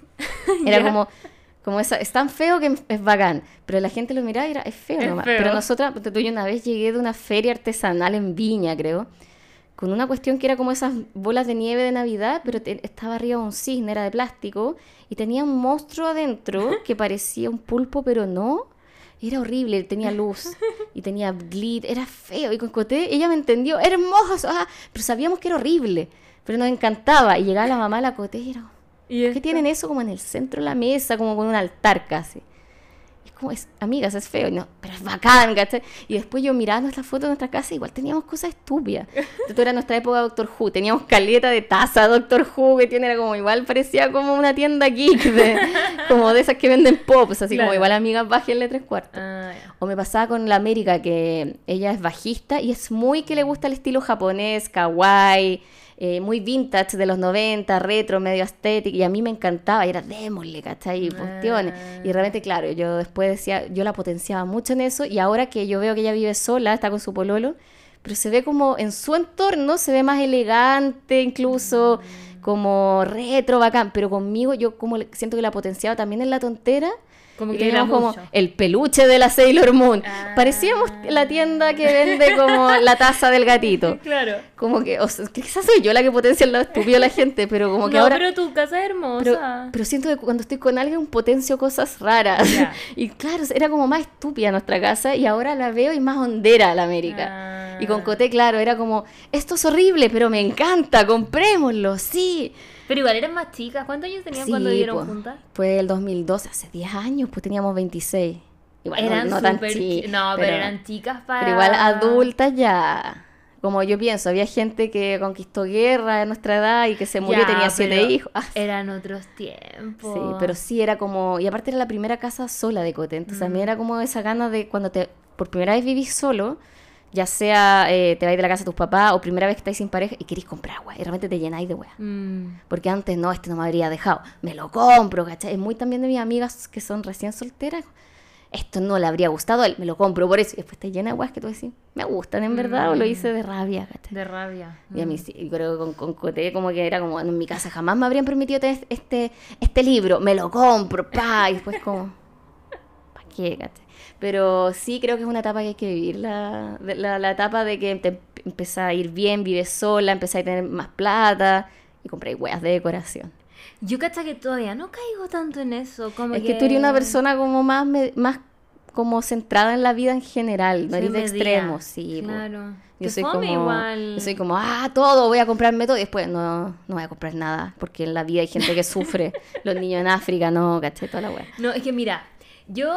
Era Ya. como... Como esa, es tan feo que es bacán, pero la gente lo miraba y era, es feo Es nomás. feo. Pero nosotras, ponte tú, yo una vez llegué de una feria artesanal en Viña, creo, con una cuestión que era como esas bolas de nieve de Navidad, pero te- estaba arriba un cisne, era de plástico, y tenía un monstruo adentro que parecía un pulpo, pero no. Era horrible, tenía luz y tenía glitter, era feo. Y con Coté, ella me entendió, hermoso, ah, pero sabíamos que era horrible, pero nos encantaba. Y llegaba la mamá de la Coté y era... ¿Y ¿Qué esto? tienen eso como en el centro de la mesa, como con un altar casi? Es como, es, amigas, es feo. Y no, pero es bacán, ¿cachai? Y después yo miraba nuestras fotos de nuestra casa, igual teníamos cosas estúpidas. Esto era nuestra época de Doctor Who. Teníamos caleta de taza Doctor Who, que tiene, era como igual, parecía como una tienda geek, de, como de esas que venden pops, así Claro. como igual, amigas, bájenle tres cuartos. Ah, ya. O me pasaba con la América, que ella es bajista y es muy que le gusta el estilo japonés, kawaii, eh, muy vintage de los noventa, retro, medio estético, y a mí me encantaba, y era démosle, ¿cachai? Y cuestiones. Y realmente, claro, yo después decía, yo la potenciaba mucho en eso, y ahora que yo veo que ella vive sola, está con su pololo, pero se ve como en su entorno, se ve más elegante, incluso como retro, bacán, pero conmigo yo como le- siento que la potenciaba también en la tontera. Como Y que era teníamos como mucho. el peluche de la Sailor Moon. Ah. Parecíamos la tienda que vende como la taza del gatito. Claro. Como que, o sea, quizás soy yo la que potencia el lado estúpido de la gente, pero como que no, ahora... pero tu casa es hermosa. Pero, pero siento que cuando estoy con alguien potencio cosas raras. Ya. Y claro, era como más estúpida nuestra casa y ahora la veo y más hondera la América. Ah. Y con Coté, claro, era como, esto es horrible, pero me encanta, comprémoslo, sí. Pero igual eran más chicas. ¿Cuántos años tenían Sí, cuando vivieron pues, juntas? fue el dos mil doce, hace diez años, pues teníamos veintiséis. Igual Eran no, no tan súper chi- chi- No, pero, eran chicas para... Pero igual adultas ya. Como yo pienso, había gente que conquistó guerra a nuestra edad y que se murió y Ya, tenía siete pero hijos. Ah, Eran otros tiempos. sí, pero sí era como... Y aparte era la primera casa sola de Coté. Entonces a mí era como esa gana de cuando te por primera vez vivís solo, ya sea eh, te vais de la casa de tus papás o primera vez que estáis sin pareja y queréis comprar agua. Y realmente te llenáis de weá. Mm. Porque antes no, este no me habría dejado. Me lo compro, ¿cachai? Es muy también de mis amigas que son recién solteras. Esto no le habría gustado a él, me lo compro por eso. Y después te llena de weas que tú decís, me gustan en verdad o lo hice de rabia, ¿cachai? De rabia. Y a mí sí, yo creo que con, con Coté como que era como, en mi casa jamás me habrían permitido tener este, este libro, me lo compro, pa, y después como, ¿para qué, cachai? Pero sí creo que es una etapa que hay que vivir, la, de- la, la etapa de que te empieza a ir bien, vives sola, empezás a tener más plata y compráis weas de decoración. Yo cacha que todavía no caigo tanto en eso. Como Es que tú eres una persona como más, me- más como centrada en la vida en general, no Soy eres de medida. extremos, sí. po. Claro. Yo Que soy fome como, igual. yo soy como, ah, todo, voy a comprarme todo y después no, no voy a comprar nada, porque en la vida hay gente que sufre, los niños en África, no, caché, toda la wea. No, es que mira, yo...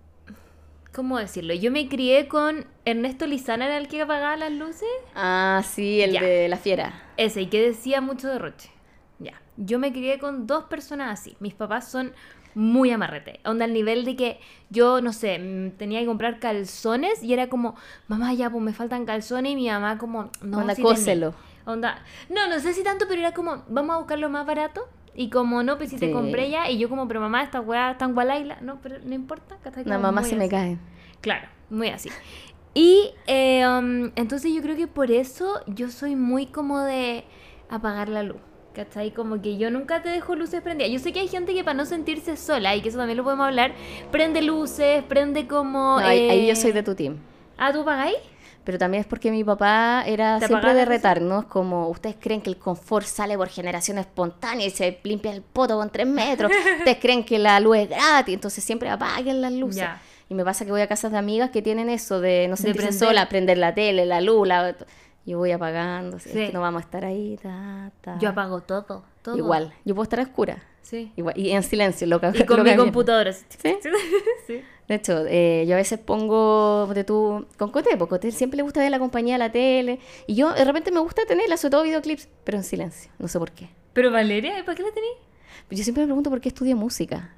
¿Cómo decirlo? Yo me crié con Ernesto Lizana, era el que apagaba las luces. Ah, sí, el Ya. de la fiera. Ese, y que decía mucho derroche. Ya. Yo me crié con dos personas así. Mis papás son muy amarrete. Onda al nivel de que yo, no sé, mm, tenía que comprar calzones y era como, mamá, ya, pues me faltan calzones. Y mi mamá como, no, Onda, sí tenés. cóselo. Onda, no, no sé si tanto, pero era como, vamos a buscar lo más barato. Y como, no, pues si te Sí. compré ya. Y yo como, pero mamá, esta weá está en gualaila. No, pero no importa. ¿cachai? La Como mamá muy se me así. cae. Claro, muy así. Y eh, um, entonces yo creo que por eso yo soy muy como de apagar la luz. ¿Cachai? Como que yo nunca te dejo luces prendidas. Yo sé que hay gente que para no sentirse sola, y que eso también lo podemos hablar, prende luces, prende como... No, ahí, ahí eh, yo soy de tu team. Ah, ¿tú apagáis? Pero también es porque mi papá era ¿Te siempre apagaba de la luz? retarnos, como ustedes creen que el confort sale por generación espontánea y se limpia el poto con tres metros, ustedes creen que la luz es gratis, entonces siempre apaguen las luces. Ya. Y me pasa que voy a casas de amigas que tienen eso de no sentirse prender. sola, prender la tele, la luz, la... Yo voy apagando, si Sí. es que no vamos a estar ahí, ta, ta. Yo apago todo, todo. Igual, yo puedo estar a oscura. Sí. Igual, y en silencio, loca. Y con loca mi mierda. computadora. así. ¿Sí? Sí. De hecho, eh, yo a veces pongo de tú con Coté, porque Coté siempre le gusta ver la compañía de la tele. Y yo de repente me gusta tenerla, sobre todo videoclips, pero en silencio. No sé por qué. Pero Valeria, ¿para qué la tenés? Yo siempre me pregunto por qué estudio música.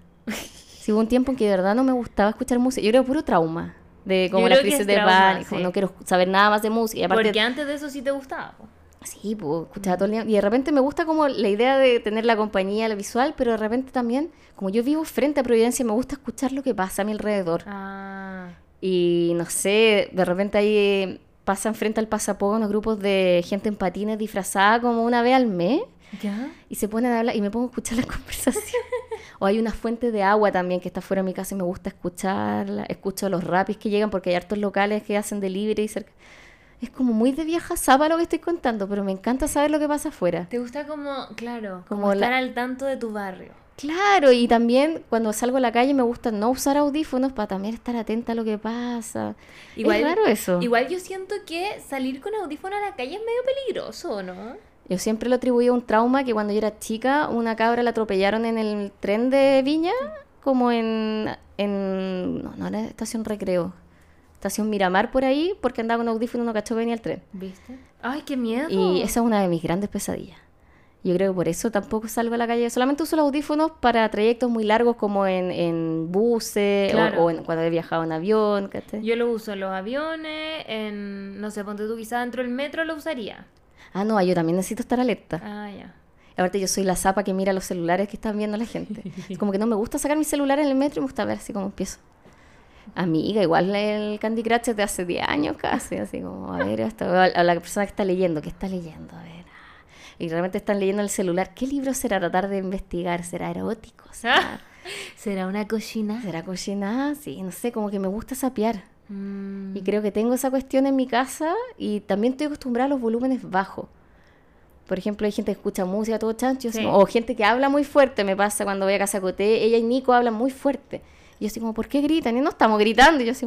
Si hubo un tiempo en que de verdad no me gustaba escuchar música. Yo creo puro trauma. De como Yo la creo que crisis es de trauma, pánico. sí. No quiero saber nada más de música. Y aparte, Porque antes de eso sí te gustaba. po. sí, pues escuchaba todo el día. Y de repente me gusta como la idea de tener la compañía, la visual, pero de repente también, como yo vivo frente a Providencia, me gusta escuchar lo que pasa a mi alrededor. Ah. Y no sé, de repente ahí eh, pasan frente al Pasapogo unos grupos de gente en patines disfrazada como una vez al mes. ¿Ya? Y se ponen a hablar y me pongo a escuchar la conversación. O hay una fuente de agua también que está fuera de mi casa y me gusta escucharla. Escucho los rapis que llegan porque hay hartos locales que hacen delivery cerca. Es como muy de vieja zapa lo que estoy contando, pero me encanta saber lo que pasa afuera. ¿Te gusta como, claro, como, Como estar la- al tanto de tu barrio? Claro, y también cuando salgo a la calle me gusta no usar audífonos para también estar atenta a lo que pasa. es raro eso. Igual yo siento que salir con audífono a la calle es medio peligroso, ¿no? Yo siempre lo atribuí a un trauma que cuando yo era chica, una cabra la atropellaron en el tren de Viña, como en, en no, no era estación Recreo, estación Miramar por ahí, porque andaba con audífono y no cachó que venía el tren. ¿Viste? Ay, qué miedo. Y esa es una de mis grandes pesadillas. Yo creo que por eso tampoco salgo a la calle. Solamente uso los audífonos para trayectos muy largos como en, en buses o- Claro. o, en, cuando he viajado en avión. ¿cachai? Yo lo uso en los aviones, en, no sé, ponte tú, quizás dentro del metro lo usaría. Ah, no, yo también necesito estar alerta. Ah, ya. Aparte yo soy la zapa que mira los celulares que están viendo la gente. Es como que no me gusta sacar mi celular en el metro y me gusta ver así como empiezo. Amiga, igual el Candy Crush es de hace diez años casi, así como, a ver, esto, a a la persona que está leyendo, ¿qué está leyendo? A ver. ah. Y realmente están leyendo en el celular. ¿Qué libro será? Tratar de investigar. ¿Será erótico? ¿Será, ¿Será una cochina? ¿será cochina? Sí, no sé, como que me gusta sapear. Mm, Y creo que tengo esa cuestión en mi casa y también estoy acostumbrada a los volúmenes bajos. Por ejemplo, hay gente que escucha música todo chancho, Sí. así como- o gente que habla muy fuerte. Me pasa cuando voy a Casa Coté, ella y Nico hablan muy fuerte. Y yo así como, ¿por qué gritan? Y no estamos gritando. Y yo así,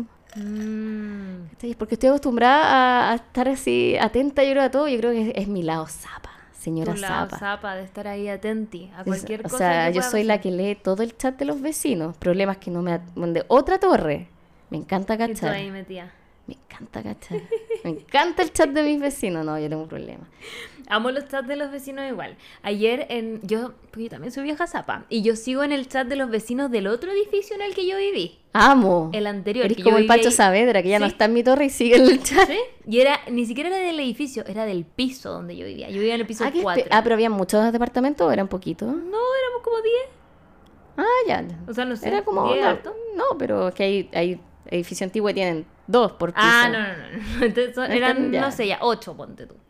mm. ¿cachai? Porque estoy acostumbrada a, a estar así atenta, yo creo, a todo. Yo creo que es, es mi lado zapa, señora Tu lado zapa. zapa de estar ahí atenti a cualquier Es- cosa. o sea, que yo pueda soy la pasar. que lee todo el chat de los vecinos. Problemas que no me... at- De otra torre. Me encanta Y tú cachar. ahí metida. Me encanta cachar. Me encanta el chat de mis vecinos. No, yo tengo un problema. Amo los chats de los vecinos igual. Ayer en yo, porque yo también soy vieja zapa, y yo sigo en el chat de los vecinos del otro edificio en el que yo viví, Amo. el anterior. Eres que como yo el vivía Pancho ahí. Saavedra, que ya no Sí. está en mi torre y sigue en el chat. ¿Sí? Y era, ni siquiera era del edificio, era del piso donde yo vivía. Yo vivía en el piso Ah, ¿qué cuatro. espe- ah, pero había muchos departamentos o eran poquitos. No, éramos como diez. Ah, ya. ya. O sea, no sé. Era como... diez No, harto. no, pero es que hay, hay edificios antiguos que tienen dos por piso. Ah, no, no, no. no. Entonces son- Ahí eran, están, ya. no sé, ya, ocho, ponte tú.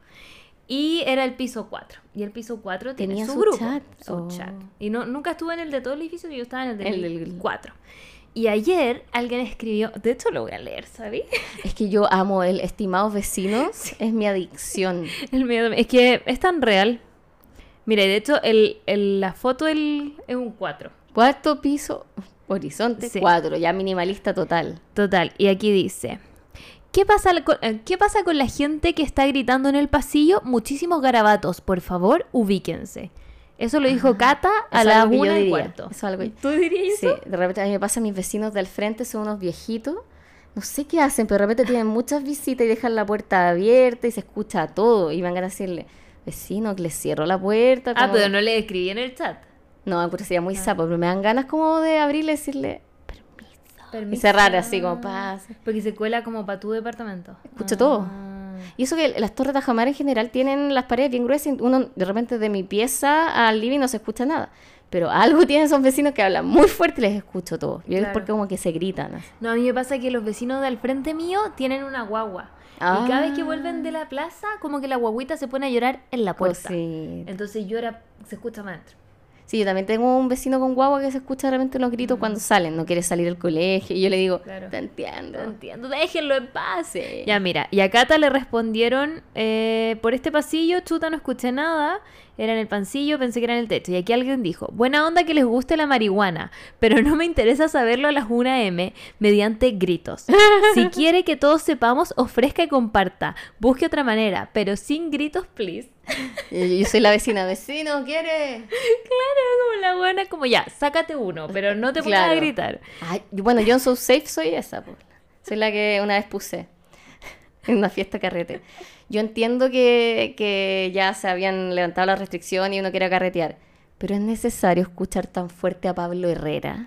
Y era el piso cuatro. Y el piso cuatro tenía Tenía su, su grupo. chat. Su Oh. chat. Y no, nunca estuve en el de todo el edificio, yo estaba en el El del del- cuatro. Y ayer alguien escribió, de hecho lo voy a leer, ¿sabes? Es que yo amo el estimados vecinos, es mi adicción. El miedo. Es que es tan real. Mira, y de hecho el, el- la foto del, es un cuatro. Cuarto piso, horizonte, Sí. cuatro, ya minimalista total. Total. Y aquí dice... ¿Qué pasa, con, eh, ¿Qué pasa con la gente que está gritando en el pasillo? Muchísimos garabatos, por favor, ubíquense. Eso lo dijo Cata a Eso es las algo que yo una y diría, cuarto. eso es algo que- ¿Tú dirías Sí, eso? de repente a mí me pasa, mis vecinos del frente son unos viejitos, no sé qué hacen, pero de repente tienen muchas visitas y dejan la puerta abierta y se escucha todo. Y van a decirle, vecino, que les cierro la puerta. Ah, como- pero no le escribí en el chat. No, porque sería muy sapo, pero me dan ganas como de abrirle y decirle, y Permiso. cerrar así como pasa. Porque se cuela como para tu departamento. Escucho todo. Ah. Y eso que las torres de Tajamar en general tienen las paredes bien gruesas. y Uno de repente de mi pieza al living no se escucha nada. Pero algo tienen esos vecinos que hablan muy fuerte y les escucho todo. Yo es Claro. porque como que se gritan. así. No, a mí me pasa que los vecinos del frente mío tienen una guagua. Ah. Y cada vez que vuelven de la plaza, como que la guaguita se pone a llorar en la puerta. Cosita. Entonces llora, se escucha más adentro. Sí, yo también tengo un vecino con guagua que se escucha realmente los gritos cuando salen. No quiere salir al colegio. Y yo le digo, Claro. te entiendo. No entiendo, déjenlo en paz. Sí. Ya, mira, y a Cata le respondieron, eh, por este pasillo, chuta, no escuché nada. era en el pancillo, pensé que era en el techo. Y aquí alguien dijo, buena onda que les guste la marihuana, pero no me interesa saberlo a las una a eme mediante gritos. Si quiere que todos sepamos, ofrezca y comparta. Busque otra manera, pero sin gritos, please. Yo, yo soy la vecina, vecino, ¿quiere? Claro, como la buena, como ya, sácate uno, pero no te pongas Claro. a gritar. Ay, bueno, yo en So Safe soy esa, pues. Soy la que una vez puse en una fiesta carrete. Yo entiendo que, que ya se habían levantado las restricciones y uno quiere carretear, pero es necesario escuchar tan fuerte a Pablo Herrera.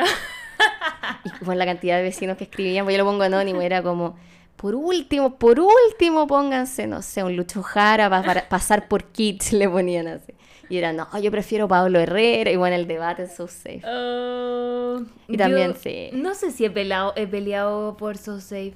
Y con la cantidad de vecinos que escribían, pues yo lo pongo anónimo, era como, por último, por último, pónganse, no sé, un Lucho Jara para, para pasar por Kids, le ponían así. Y era, no, yo prefiero Pablo Herrera, y bueno, el debate en So Safe. Oh, Y también, yo sí. No sé si he peleado, he peleado por So Safe.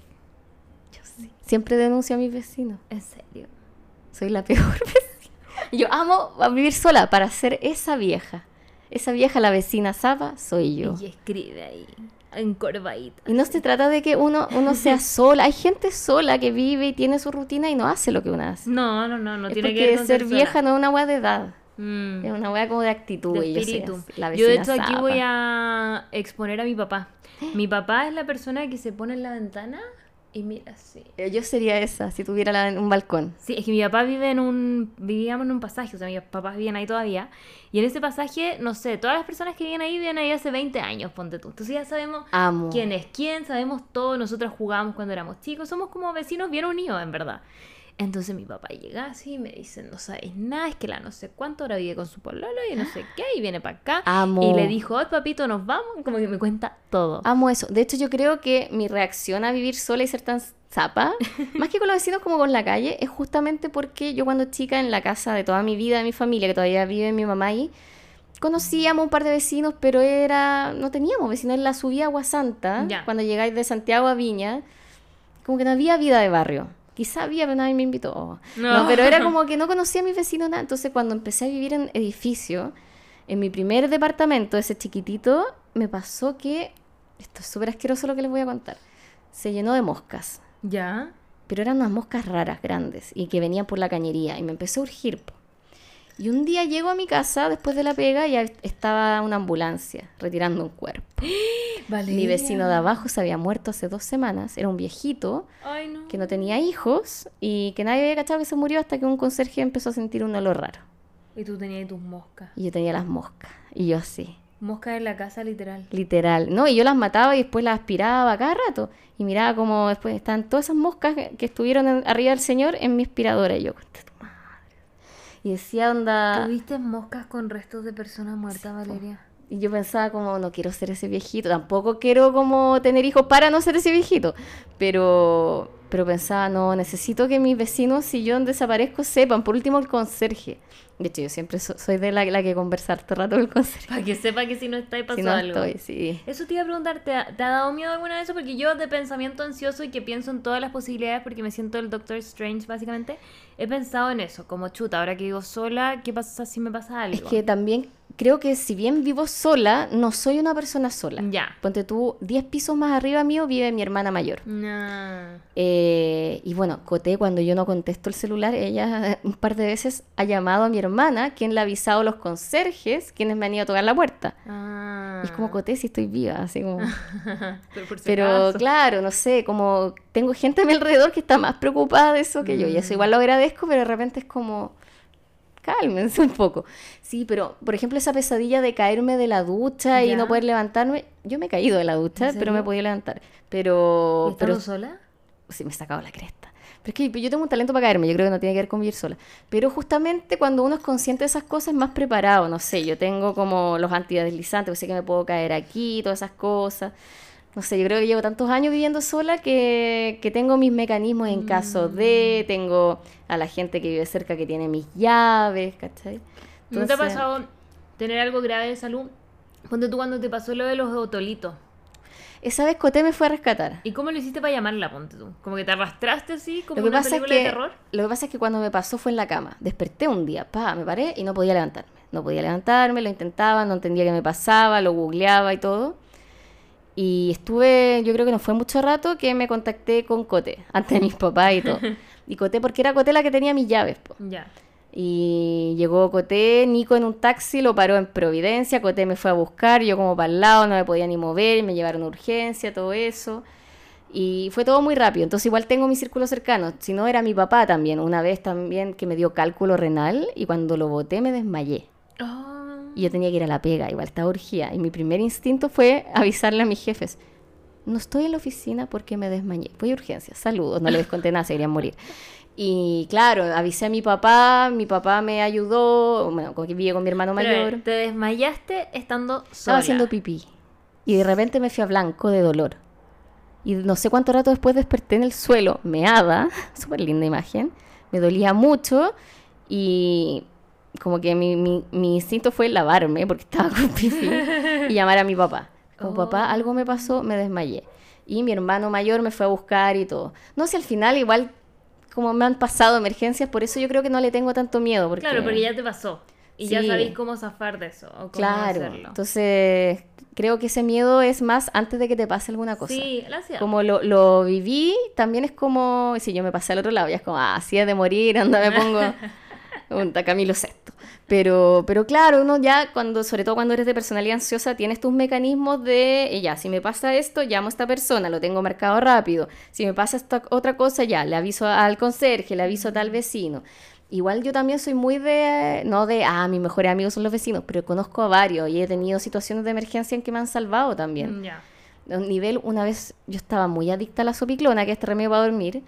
Yo sí. Siempre denuncio a mis vecinos. En serio. Soy la peor vecina. Yo amo a vivir sola para ser esa vieja. Esa vieja, la vecina Zapa, soy yo. Y escribe ahí, encorvadita. Y no se trata de que uno, uno sea sola. Hay gente sola que vive y tiene su rutina y no hace lo que uno hace. No, no, no, no es tiene porque que ver con ser sola. vieja no es una weá de edad. Mm. Es una weá como de actitud. De y yo soy espíritu. así, la Yo de vecina hecho aquí Zapa. voy a exponer a mi papá. Mi papá es la persona que se pone en la ventana y mira así. Eh, Yo sería esa, si tuviera la- un balcón. Sí, es que mi papá vive en un, vivíamos en un pasaje, o sea, mis papás viven ahí todavía. Y en ese pasaje, no sé, todas las personas que viven ahí viven ahí hace veinte años, ponte tú. Entonces ya sabemos Amo. quién es quién, sabemos todo. Nosotros jugábamos cuando éramos chicos, somos como vecinos bien unidos, en verdad. Entonces mi papá llega así y me dice, no sabes nada, es que la no sé cuánto ahora vive con su pololo y no sé qué, y viene para acá. Amo. Y le dijo, oh, papito, nos vamos, como que me cuenta todo. Amo eso. De hecho, yo creo que mi reacción a vivir sola y ser tan zapa, más que con los vecinos como con la calle, es justamente porque yo cuando chica en la casa de toda mi vida, de mi familia, que todavía vive mi mamá ahí, conocíamos un par de vecinos, pero era no teníamos vecinos en la subida a Agua Santa, Ya. cuando llegáis de Santiago a Viña, como que no había vida de barrio. Quizá había, pero nadie me invitó. No. No, pero era como que no conocía a mis vecinos nada. Entonces, cuando empecé a vivir en edificio, en mi primer departamento, ese chiquitito, me pasó que, esto es súper asqueroso lo que les voy a contar, se llenó de moscas. ¿Ya? Pero eran unas moscas raras, grandes, y que venían por la cañería, y me empezó a urgir, po. Y un día llego a mi casa, después de la pega, y ahí estaba una ambulancia retirando un cuerpo. Vale. Mi vecino de abajo se había muerto hace dos semanas, era un viejito Ay, no. que no tenía hijos, y que nadie había cachado que se murió hasta que un conserje empezó a sentir un olor raro. Y tú tenías tus moscas. Y yo tenía las moscas, y yo así, Moscas en la casa, literal. literal. No, y yo las mataba y después las aspiraba cada rato. Y miraba como después estaban todas esas moscas que, que estuvieron en- arriba del señor en mi aspiradora. Y yo, concha tu madre. Y decía, onda... ¿Tuviste moscas con restos de personas muertas, Valeria? Y yo pensaba como, no quiero ser ese viejito. Tampoco quiero como tener hijos para no ser ese viejito. Pero, pero pensaba, no, necesito que mis vecinos, si yo desaparezco, sepan. Por último, el conserje. De hecho, yo siempre so- soy de la, la que conversar todo el rato con el conserje. Para que sepa que si no está y pasó Si no algo. estoy, sí. Eso te iba a preguntar, ¿te ha, ¿te ha dado miedo alguna de eso? Porque yo de pensamiento ansioso y que pienso en todas las posibilidades porque me siento el Doctor Strange básicamente, he pensado en eso, como chuta, ahora que vivo sola, ¿qué pasa si me pasa algo? Es que también creo que si bien vivo sola, no soy una persona sola. Ya. Ponte tú, diez pisos más arriba mío vive mi hermana mayor. No. Eh, y bueno, Coté, cuando yo no contesto el celular, ella un par de veces ha llamado a mi hermana, quien le ha avisado a los conserjes, quienes me han ido a tocar la puerta. Ah. Y es como, Coté, si estoy viva, así como... Pero, por si Pero acaso. claro, no sé, como tengo gente a mi alrededor que está más preocupada de eso que yo, y eso igual lo agradezco, pero de repente es como, cálmense un poco. Sí, pero por ejemplo esa pesadilla de caerme de la ducha y Ya. no poder levantarme, yo me he caído de la ducha, ¿En pero me he serio? podido levantar. ¿Y Pero, estando pero sola? sí, me he sacado la cresta. Pero es que yo tengo un talento para caerme, yo creo que no tiene que ver con vivir sola. Pero justamente cuando uno es consciente de esas cosas, es más preparado, no sé, yo tengo como los antideslizantes, pues sé que me puedo caer aquí, todas esas cosas. No sé, yo creo que llevo tantos años viviendo sola que, que tengo mis mecanismos en caso de, tengo a la gente que vive cerca que tiene mis llaves, ¿cachai? ¿No te ha Entonces- pasado tener algo grave de salud? Ponte tú cuando te pasó lo de los otolitos. Esa vez Coté me fue a rescatar. ¿Y cómo lo hiciste para llamarla, ponte tú? ¿Como que te arrastraste así, como Lo que, una pasa es película de que, terror? lo que pasa es que cuando me pasó fue en la cama. Desperté un día, pa, me paré y no podía levantarme. No podía levantarme, lo intentaba, no entendía qué me pasaba, lo googleaba y todo. Y estuve, yo creo que no fue mucho rato que me contacté con Coté, antes de mis papás y todo. Y Coté, porque era Coté la que tenía mis llaves, po. Ya. Y llegó Coté, Nico en un taxi, lo paró en Providencia, Coté me fue a buscar, yo como para el lado, no me podía ni mover, me llevaron a urgencia, todo eso. Y fue todo muy rápido, entonces igual tengo mi círculo cercano. Si no, era mi papá también, una vez también que me dio cálculo renal y cuando lo boté me desmayé. Oh. Y yo tenía que ir a la pega, igual estaba urgida. Y mi primer instinto fue avisarle a mis jefes, no estoy en la oficina porque me desmayé, voy a urgencias, saludos, no les conté nada, se querían morir. Y claro, avisé a mi papá, mi papá me ayudó, bueno, como que vive con mi hermano Pero, mayor. te desmayaste estando sola. Estaba haciendo pipí y de repente me fui a blanco de dolor. Y no sé cuánto rato después desperté en el suelo, meada, súper linda imagen, me dolía mucho y como que mi, mi, mi instinto fue lavarme porque estaba con pipí y llamar a mi papá. Como, oh. papá, algo me pasó, me desmayé. Y mi hermano mayor me fue a buscar y todo. No sé, al final igual como me han pasado emergencias, por eso yo creo que no le tengo tanto miedo. Porque... Claro, porque ya te pasó. Y sí. ya sabéis cómo zafar de eso. O cómo claro, hacerlo. Entonces creo que ese miedo es más antes de que te pase alguna cosa. Sí, la ansiedad. Como lo, lo viví, también es como, si yo me pasé al otro lado, ya es como, ah, así es de morir, anda, me pongo un Camilo sexto. Pero, pero claro, uno ya, cuando, sobre todo cuando eres de personalidad ansiosa, tienes tus mecanismos de, eh, ya, si me pasa esto, llamo a esta persona, lo tengo marcado rápido. Si me pasa esta otra cosa, ya, le aviso al conserje, le aviso a tal vecino. Igual yo también soy muy de, no de, ah, mis mejores amigos son los vecinos, pero conozco a varios y he tenido situaciones de emergencia en que me han salvado también. Ya. A un nivel, una vez yo estaba muy adicta a la sopiclona, que es este remedio para dormir,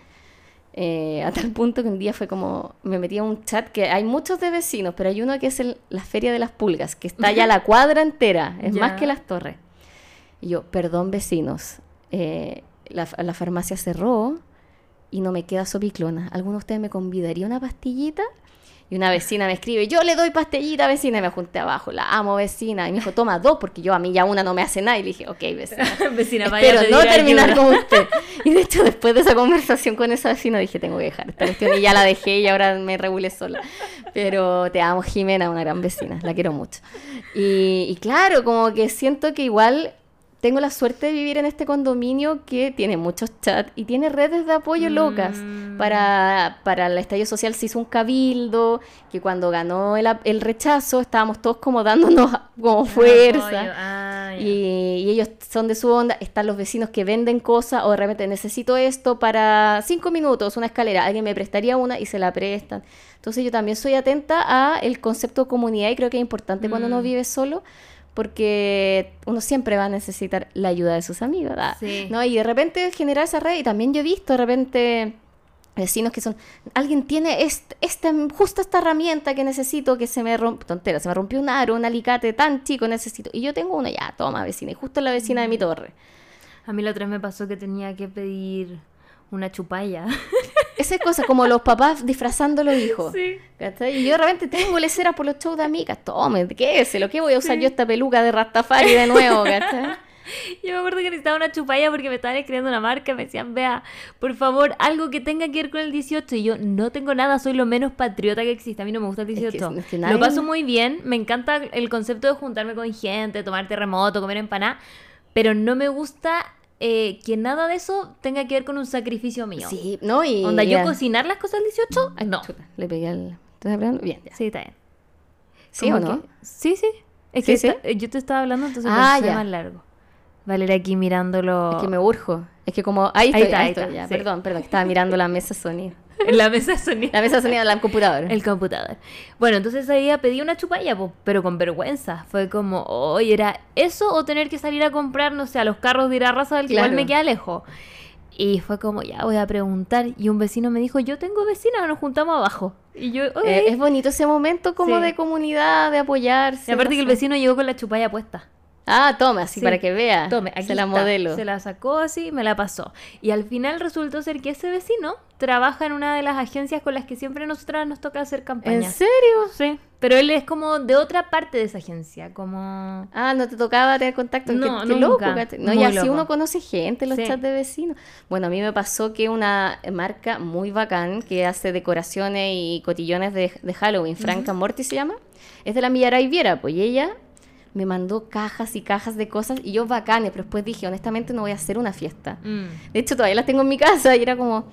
eh, a tal punto que un día fue como, me metí a un chat que hay muchos de vecinos, pero hay uno que es el, la Feria de las Pulgas, que está ya la cuadra entera, es Ya. más que las torres. Y yo, perdón vecinos, eh, la, la farmacia cerró y no me queda sopiclona. ¿Alguno de ustedes me convidaría una pastillita? Y una vecina me escribe, yo le doy pastillita, vecina, y me junté abajo, la amo, vecina. Y me dijo, toma dos, porque yo a mí ya una no me hace nada. Y le dije, ok, vecina, Vecina, vaya a espero pedir no terminar ayuda. con usted. Y de hecho, después de esa conversación con esa vecina, dije, tengo que dejar esta cuestión. Y ya la dejé y ahora me regulé sola. Pero te amo, Jimena, una gran vecina, la quiero mucho. Y, y claro, como que siento que igual tengo la suerte de vivir en este condominio que tiene muchos chats y tiene redes de apoyo Mm. locas. Para, para el estallido social se hizo un cabildo, que cuando ganó el, ap- el rechazo estábamos todos como dándonos como fuerza. Apoyo. Ah, ya. Y, y ellos son de su onda. Están los vecinos que venden cosas o de repente necesito esto para cinco minutos, una escalera, alguien me prestaría una y se la prestan. Entonces yo también soy atenta a el concepto de comunidad y creo que es importante cuando Mm. uno vive solo, porque uno siempre va a necesitar la ayuda de sus amigos, ¿verdad? Sí. ¿No? Y de repente generar esa red, y también yo he visto de repente vecinos que son, alguien tiene este, este, justo esta herramienta que necesito, que se me rompió, tontera, se me rompió un aro, un alicate tan chico, necesito, y yo tengo uno, ya, toma vecina, y justo la vecina de mi torre. A mí la otra vez me pasó que tenía que pedir una chupalla. Esa es cosa, como los papás disfrazando a los hijos. Sí. ¿Cachai? Y yo de repente tengo leceras por los shows de amigas. Tome, ¿qué es? ¿Lo que voy a usar Sí. yo esta peluca de Rastafari de nuevo? ¿Cachai? Yo me acuerdo que necesitaba una chupalla porque me estaban escribiendo una marca. Me decían, vea, por favor, algo que tenga que ver con el dieciocho. Y yo no tengo nada, soy lo menos patriota que existe. A mí no me gusta el Es que dieciocho. es que nadie- Lo paso muy bien. Me encanta el concepto de juntarme con gente, tomar terremoto, comer empanada. Pero no me gusta eh, que nada de eso tenga que ver con un sacrificio mío. Sí, ¿no? Y Onda, yo ya. cocinar las cosas del dieciocho, Ay, no. chuta, le pegué al... ¿Estás hablando? Bien, ya. Sí, está bien. ¿Sí o Como no? que- Sí, sí. Es ¿Sí, que sí? está- eh, yo te estaba hablando, entonces Ah, pensé ya. más largo. Valeria aquí mirándolo Es que me urjo. Es que como... Ahí Ahí estoy, está, ahí ahí estoy, está, ya. sí. Perdón, perdón, que estaba mirando la mesa de sonido. en la mesa de sonido. La mesa de sonido de la computadora. El computador. Bueno, entonces ese día pedí una chupalla, po, pero con vergüenza. Fue como, oye, ¿era eso o tener que salir a comprar, no sé, a los carros de ir a Raza del que igual Claro. me queda lejos? Y fue como, ya voy a preguntar. Y un vecino me dijo, yo tengo vecina, nos juntamos abajo. Y yo, ok. Eh, es bonito ese momento como Sí. de comunidad, de apoyarse. Y aparte no que el sé. vecino llegó con la chupalla puesta. Ah, toma, así Sí. para que vea. Tome, aquí Se la está. modelo. Se la sacó así y me la pasó. Y al final resultó ser que ese vecino trabaja en una de las agencias con las que siempre nosotras nos toca hacer ¿En campañas. serio? Sí. Pero él es como de otra parte de esa agencia, como... Ah, ¿no te tocaba tener contacto? No, qué, qué loco, nunca. ¿cachai? No, y Muy así loco. uno conoce gente en los Sí. chats de vecinos. Bueno, a mí me pasó que una marca muy bacán que hace decoraciones y cotillones de, de Halloween, Franca Morty se llama, es de la Millaray Viera, pues, y ella me mandó cajas y cajas de cosas y yo bacanes, pero después dije, honestamente no voy a hacer una fiesta. Mm. De hecho, todavía las tengo en mi casa y era como,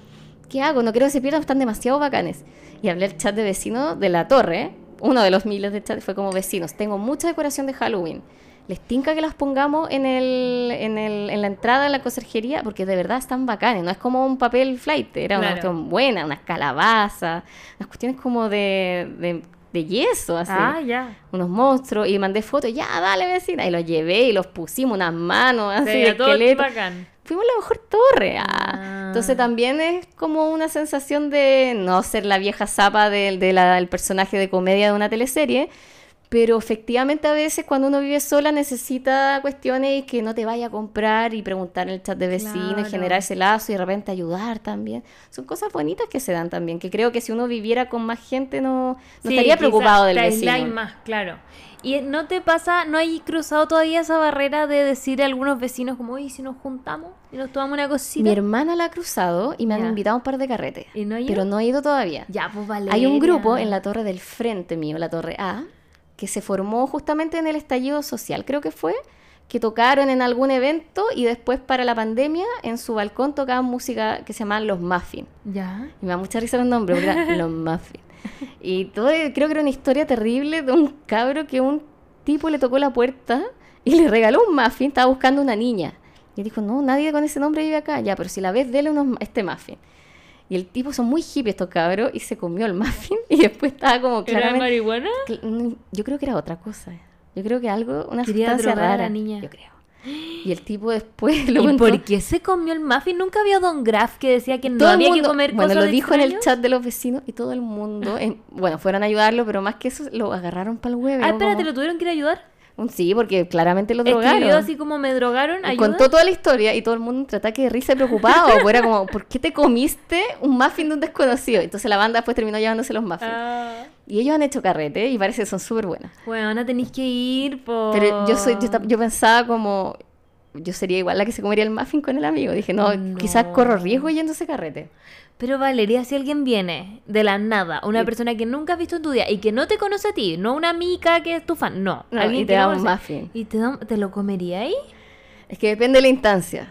¿qué hago? No quiero que se pierdan, están demasiado bacanes. Y hablé al chat de vecinos de la torre, uno de los miles de chats, fue como vecinos, tengo mucha decoración de Halloween. ¿Les tinca que las pongamos en, el, en, el, en la entrada de la conserjería? Porque de verdad están bacanes, no es como un papel flight, era una Claro. cuestión buena, unas calabazas, unas cuestiones como de, de, de yeso, así. Ah, ya. Unos monstruos, y mandé fotos, ya, dale vecina, y los llevé y los pusimos, unas manos así Se de veía todo esqueleto. bacán. Fuimos la mejor torre. Ah. Ah. Entonces también es como una sensación de no ser la vieja zapa del de la- del personaje de comedia de una teleserie, pero efectivamente a veces cuando uno vive sola necesita cuestiones que no te vaya a comprar y preguntar en el chat de vecinos Claro. y generar ese lazo y de repente ayudar también. Son cosas bonitas que se dan también, que creo que si uno viviera con más gente no, no Sí, estaría quizá preocupado del te vecino. aisláis más, claro. ¿Y no te pasa, no hay cruzado todavía esa barrera de decir a algunos vecinos como, oye, si nos juntamos y nos tomamos una cosita? Mi hermana la ha cruzado y me han Ya. invitado a un par de carretes, ¿Y no ha ido? pero no he ido todavía. Ya, pues vale. Hay un grupo en la torre del frente mío, la torre A, que se formó justamente en el estallido social, creo que fue, que tocaron en algún evento y después para la pandemia en su balcón tocaban música que se llamaban Los Muffins. Ya. Y me da mucha risa los nombres, porque eran Los Muffins. Y todo, creo que era una historia terrible de un cabro que un tipo le tocó la puerta y le regaló un muffin, estaba buscando una niña. Y él dijo, no, nadie con ese nombre vive acá. Ya, pero si la ves, dele unos, este muffin. Y el tipo, son muy hippies estos cabros, y se comió el muffin y después estaba como ¿Era de claramente... marihuana? Cl- mm, Yo creo que era otra cosa. Yo creo que algo, una Quería sustancia drogar a rara. la niña. Yo creo. Y el tipo después lo ¿Y contó. por qué se comió el muffin? Nunca había Don Graf que decía que no Todo el había mundo, que comer bueno, cosas lo de dijo en el extraños. chat de los vecinos y todo el mundo, en- bueno, fueron a ayudarlo, pero más que eso, lo agarraron para el huevo. Ah, espérate, ¿lo tuvieron que ir a ayudar? Sí, porque claramente lo drogaron. Escribió así como me drogaron, Y ayuda. contó toda la historia y todo el mundo entre ataque de risa y preocupado. Pues era como, ¿por qué te comiste un muffin de un desconocido? Entonces la banda después terminó llevándose los muffins. Ah, Y ellos han hecho carrete y parece que son súper buenas. bueno, no tenéis que ir por... Pero yo soy, yo, esta- yo pensaba como, yo sería igual la que se comería el muffin con el amigo. Dije, no, No. quizás corro riesgo yendo a ese carrete. Pero Valeria, si alguien viene de la nada, una Y- persona que nunca has visto en tu día y que no te conoce a ti, no una amiga que es tu fan, no. No, alguien y te que da no un conoce, muffin. ¿Y te, da- te lo comería ahí? Es que depende de la instancia.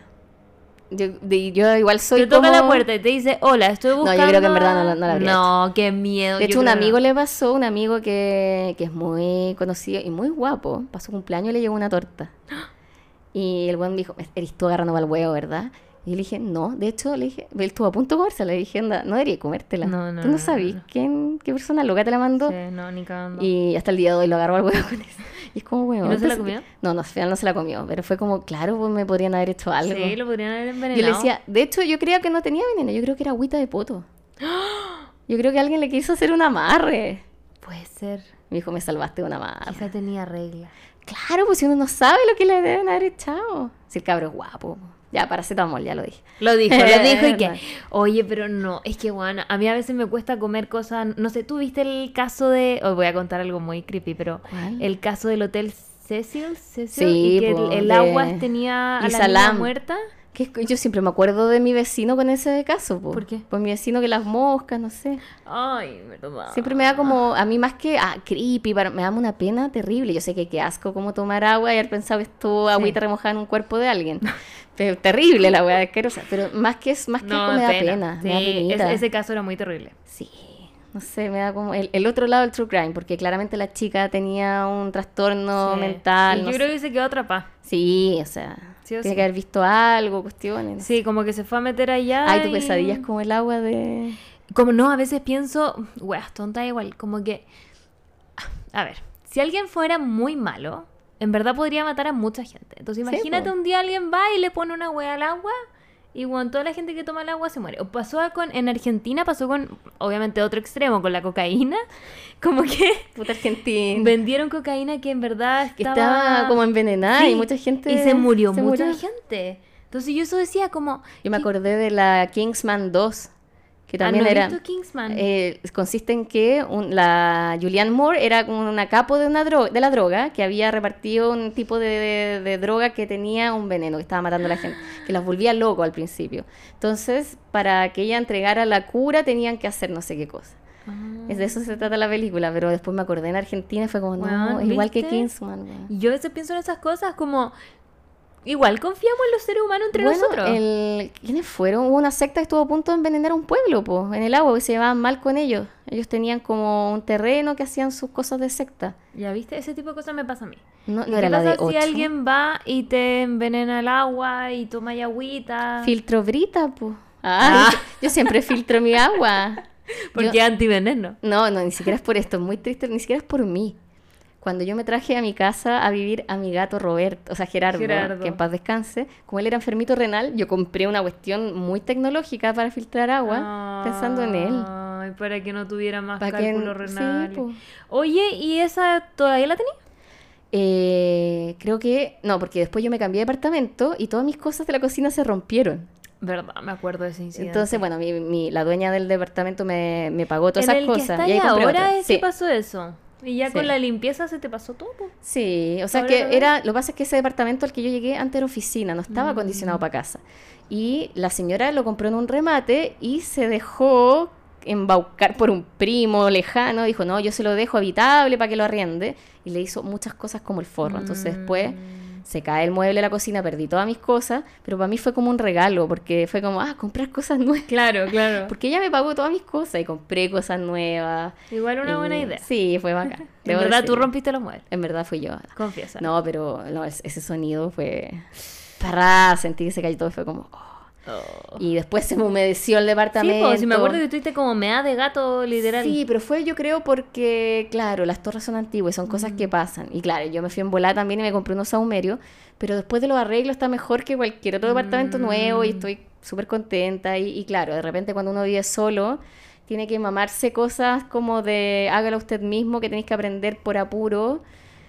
Yo, de- yo igual soy Te toca como... la puerta y te dice, hola, estoy yo buscando... creo que en verdad no la- no la habría No, qué miedo. De yo hecho, un creo que amigo no. le pasó, un amigo que, que es muy conocido y muy guapo, pasó cumpleaños y le llegó una torta. Y el buen me dijo, eres tú agarrando para el huevo, ¿verdad? Y yo le dije, no, de hecho, le dije, él estuvo a punto de comérsela, le dije, anda, no debería comértela. No, no, Tú no, no, sabís no. quién, qué persona loca te la mandó. Sí, no, ni cagando. Y hasta el día de hoy lo agarró al huevo con eso. Y es como, huevo. ¿Y no se la comió? No, no, al final no se la comió, pero fue como, claro, pues me podrían haber hecho algo. Sí, lo podrían haber envenenado. Yo le decía, de hecho, yo creía que no tenía veneno, yo creo que era agüita de poto. Yo creo que alguien le quiso hacer un amarre. Puede ser. Me dijo, me salvaste de un amarre. Quizá tenía regla. Claro, pues si uno no sabe lo que le deben haber echado. Si el cabro es guapo. Ya, paracetamol, ya lo dije. Lo dijo, lo dijo y Verdad. que, oye, pero no, es que bueno, a mí a veces me cuesta comer cosas, no sé, ¿tú viste el caso de, hoy voy a contar algo muy creepy, pero ¿Cuál? el caso del hotel Cecil, Cecil Sí, y que po, el, el de agua tenía a la Lisa niña Lam. muerta? Que es que yo siempre me acuerdo de mi vecino con ese caso. Po. ¿Por qué? Pues mi vecino que las moscas, no sé. Ay, verdad. Siempre me da como, a mí más que, ah, creepy, para- me da una pena terrible. Yo sé que qué asco como tomar agua y haber pensado que estuvo agüita remojada en un cuerpo de alguien. Pero terrible la weá, asquerosa. Pero más que es más que No, me da pena. pena, Sí, me da penita. ese, ese caso era muy terrible. Sí, no sé, me da como el, el otro lado del true crime, porque claramente la chica tenía un trastorno Sí. mental. Y no yo sé. creo que se quedó atrapada. Sí, o sea, Sí o tiene sí. que haber visto algo, cuestiones. Sí, como que se fue a meter allá. Ay, tu y- pesadilla es como el agua de... Como no, a veces pienso, weas, tonta igual, como que, a ver, si alguien fuera muy malo, en verdad podría matar a mucha gente. Entonces Sí, imagínate po. un día alguien va y le pone una wea al agua y bueno, toda la gente que toma el agua se muere. O pasó con, en Argentina pasó con, obviamente otro extremo, con la cocaína, como que Puta Argentina. vendieron cocaína que en verdad Que estaba, estaba como envenenada Sí, y mucha gente... y se murió se mucha murió. gente. Entonces yo eso decía como... Yo me ¿qué- acordé de la Kingsman dos, que también ¿no he era... visto Kingsman? eh, consiste en que un- la Julianne Moore era como una capo de, una dro- de la droga, que había repartido un tipo de, de- de droga que tenía un veneno, que estaba matando a la gente, que las volvía loco al principio. Entonces, para que ella entregara la cura, tenían que hacer no sé qué cosa. Ah. Es de eso se trata la película, pero después me acordé en Argentina y fue como, no, Weón, es igual que ¿viste? Kingsman. weón. Y yo a veces pienso en esas cosas como, igual confiamos en los seres humanos entre Bueno, nosotros. el... ¿quiénes fueron? Hubo una secta que estuvo a punto de envenenar un pueblo, po, en el agua, que se llevaban mal con ellos. Ellos tenían como un terreno que hacían sus cosas de secta. Ya viste, ese tipo de cosas me pasa a mí. No, ¿Y no qué era la pasa de si ocho. alguien va y te envenena el agua y toma y agüita? Filtro Brita, po. Ah, Ah. Yo, yo siempre filtro mi agua. Porque Yo- es antiveneno. No, no, ni siquiera es por esto, es muy triste, ni siquiera es por mí. Cuando yo me traje a mi casa a vivir a mi gato Roberto, o sea, Gerardo, Gerardo. que en paz descanse, como él era enfermito renal, yo compré una cuestión muy tecnológica para filtrar agua, pensando en él. Ay, para que no tuviera más Para que- cálculo sí, renal. po. Oye, ¿y esa todavía la tenías? Eh, creo que, no, porque después yo me cambié de departamento y todas mis cosas de la cocina se rompieron. Verdad, me acuerdo de ese incidente. Entonces, bueno, mi, mi- la dueña del departamento me, me pagó todas en esas el cosas. que está y ahí ahí compré ahora otra. es que Sí. pasó eso. Y ya Sí. con la limpieza se te pasó todo, po. Sí, o sea Ahora que lo ves. era, lo que pasa es que ese departamento al que yo llegué antes era oficina, no estaba Mm. acondicionado para casa. Y la señora lo compró en un remate y se dejó embaucar por un primo lejano, dijo, no, yo se lo dejo habitable para que lo arriende, y le hizo muchas cosas como el forro. Entonces después Mm. se cae el mueble de la cocina, perdí todas mis cosas, pero para mí fue como un regalo, porque fue como, ah, comprar cosas nuevas. Claro, claro. Porque ella me pagó todas mis cosas y compré cosas nuevas. Igual una Y- buena idea. Sí, fue bacán. En debo verdad, tú decirlo. rompiste los muebles. En verdad fui yo. Confiesa. No, pero no, es- ese sonido fue... Pará, sentí que se cayó todo y fue como... oh. Oh. Y después se me humedeció el Sí, departamento. po, si me acuerdo que estuviste como mea de gato, literal. Sí, pero fue yo creo porque, claro, las torres son antiguas y son cosas Mm. que pasan. Y claro, yo me fui en volada también y me compré unos saumerios, pero después de los arreglos está mejor que cualquier otro departamento nuevo y Mm. estoy súper contenta. Y, y claro, de repente cuando uno vive solo, tiene que mamarse cosas como de hágalo usted mismo, que tenéis que aprender por apuro.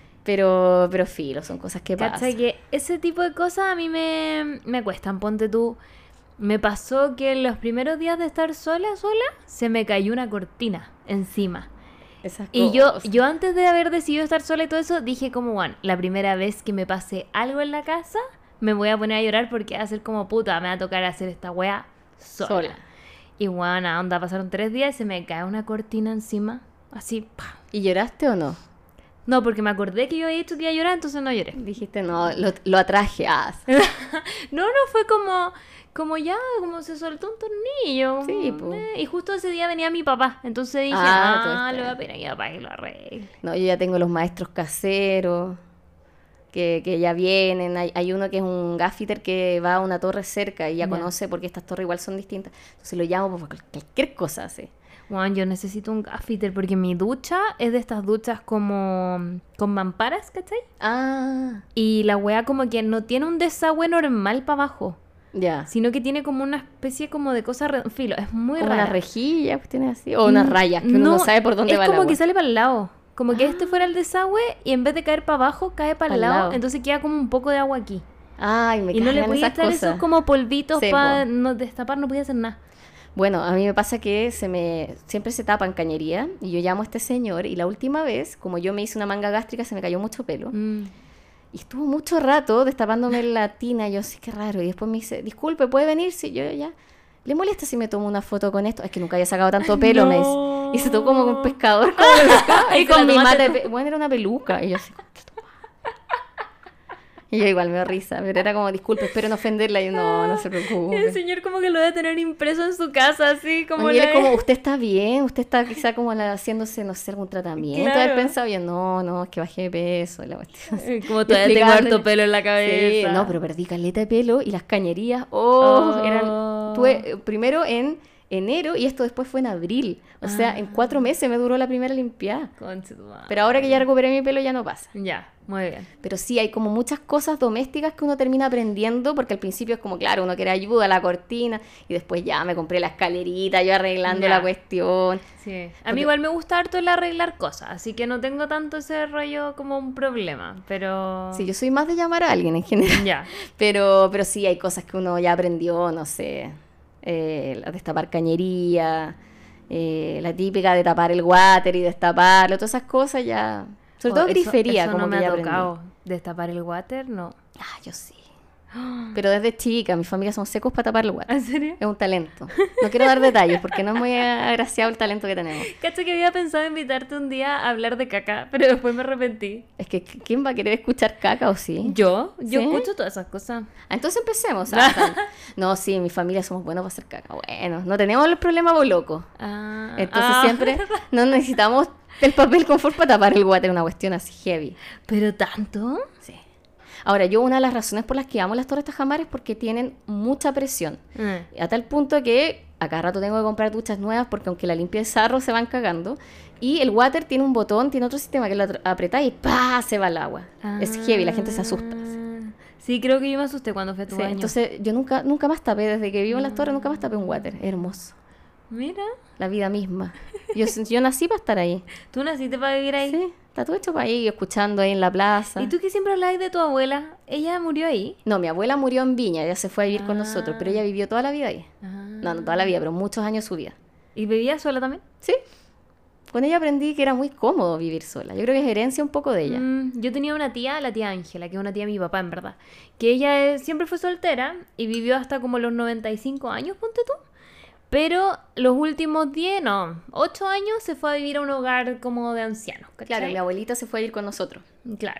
Pero, pero filo, son cosas que ¿Cachai? pasan. Que ese tipo de cosas a mí me, me cuestan. Ponte tú. Me pasó que en los primeros días de estar sola, sola, se me cayó una cortina encima. Esas Y yo, cosas. yo antes de haber decidido estar sola y todo eso, dije como, bueno, la primera vez que me pase algo en la casa, me voy a poner a llorar porque va a ser como puta, me va a tocar hacer esta wea sola. Sola. Y bueno, onda, pasaron tres días y se me cae una cortina encima, así, pa. ¿Y lloraste o no? No, porque me acordé que yo había dicho que iba a llorar, entonces no lloré. Dijiste, no, lo, lo atraje. Ah, No, no, fue como, como ya, como se soltó un tornillo. Sí, como, po. eh, y justo ese día venía mi papá, entonces dije, Ah, tú ah, estás- le voy a pedir a mi papá que lo arregle. no, yo ya tengo los maestros caseros que, que ya vienen. Hay, hay uno que es un gaffiter que va a una torre cerca y ya Ya. conoce porque estas torres igual son distintas. Entonces lo llamo por cual- cualquier cosa así. Juan, yo necesito un gaffiter porque mi ducha es de estas duchas como con mamparas, ¿cachai? Ah, Y la wea como que no tiene un desagüe normal para abajo, ya. sino que tiene como una especie como de cosa, re- filo, es muy Como rara. una rejilla, cuestiones así. O unas Mm, rayas que uno no sabe por dónde es va el como agua. que sale para el lado. Como que este fuera el desagüe y en vez de caer para abajo, cae para el Pa'l lado. lado. Entonces queda como un poco de agua aquí. Ay, me Y no le cargan podía esas echar cosas. esos como polvitos Sí, para po. no destapar, no podía hacer nada. Bueno, a mí me pasa que se me siempre se tapan cañería y yo llamo a este señor y la última vez, como yo me hice una manga gástrica, se me cayó mucho pelo. Mm. Y estuvo mucho rato destapándome la tina. Yo, sí, qué raro. Y después me dice, disculpe, ¿puede venir? Sí, yo ya. ¿Le molesta si me tomo una foto con esto? Es que nunca había sacado tanto pelo, me dice. No. Y se tocó como un pescador, como loca, Y y se la con mi tomaste mate. tú. de pe- Bueno, era una peluca. Y yo así, y yo igual me dio risa, pero era como, disculpe, espero no ofenderla. Y yo, no, no se Y el preocupe. señor como que lo debe tener impreso en su casa, así como Y él la- es como, usted está bien, usted está quizá como la- haciéndose, no sé, algún tratamiento. Claro. Haber pensado, yo, no, no, es que bajé de peso. Y la cuestión. Como todavía tengo Explicarle. harto pelo en la Sí, cabeza. no, pero perdí caleta de pelo y las cañerías, oh, Oh. eran, tuve eh, primero en enero y esto después fue en abril, o sea, Ah. en cuatro meses me duró la primera limpiada, Conche tu madre. pero ahora que ya recuperé mi pelo ya no pasa. Ya, muy bien. Pero sí, hay como muchas cosas domésticas que uno termina aprendiendo, porque al principio es como, claro, uno quiere ayuda, la cortina, y después ya me compré la escalerita, yo arreglando Ya. la cuestión. Sí. A Porque- mí igual me gusta harto el arreglar cosas, así que no tengo tanto ese rollo como un problema, pero... Sí, yo soy más de llamar a alguien en general. Ya. Pero, pero sí, hay cosas que uno ya aprendió, no sé, eh, la destapar cañería, eh, la típica de tapar el water y destaparlo, todas esas cosas ya... Sobre Oh, todo eso- grifería, eso como no me que ya ha aprendí. tocado. Destapar el water, no. Ah, yo sí. Pero desde chica, mi familia son secos para tapar el water. ¿En serio? Es un talento. No quiero dar detalles porque no es muy agraciado el talento que tenemos. Cacho que había pensado invitarte un día a hablar de caca, pero después me arrepentí. Es que, ¿quién va a querer escuchar caca o sí? ¿Yo? Yo ¿Sí? escucho todas esas cosas. Ah, entonces empecemos. Ah, tan- no, sí, mi familia somos buenos para hacer caca. Bueno, no tenemos el problema vos loco. Ah, Entonces ah, siempre no necesitamos el papel confort para tapar el water, una cuestión así heavy. ¿Pero tanto? Sí. Ahora, yo una de las razones por las que amo las Torres Tajamar es porque tienen mucha presión. Mm. A tal punto que a cada rato tengo que comprar duchas nuevas porque aunque la limpie de sarro se van cagando. Y el water tiene un botón, tiene otro sistema que lo atr- apretáis y ¡pah! Se va el agua. Es heavy, la gente se asusta. Ah. Sí, creo que yo me asusté cuando fui a tu Sí, baño. entonces yo nunca, nunca más tapé, desde que vivo en las Torres nunca más tapé un water. Hermoso. Mira, La vida misma. Yo, yo nací para estar ahí. tú naciste para vivir ahí. Sí, está todo hecho para ahí, escuchando ahí en la plaza. ¿Y tú que siempre hablas de tu abuela? ¿Ella murió ahí? No, mi abuela murió en Viña, ella se fue a vivir con Ah. nosotros, pero ella vivió toda la vida ahí. Ah. No, no toda la vida, pero muchos años de su vida. ¿Y vivía sola también? Sí. Con ella aprendí que era muy cómodo vivir sola. Yo creo que es herencia un poco de ella. Mm, yo tenía una tía, la tía Ángela, que es una tía de mi papá, en verdad. Que ella eh, siempre fue soltera y vivió hasta como los noventa y cinco años, ponte tú. Pero los últimos diez, no, ocho años se fue a vivir a un hogar como de ancianos, ¿cachai? Claro, mi abuelita se fue a vivir con nosotros. Claro.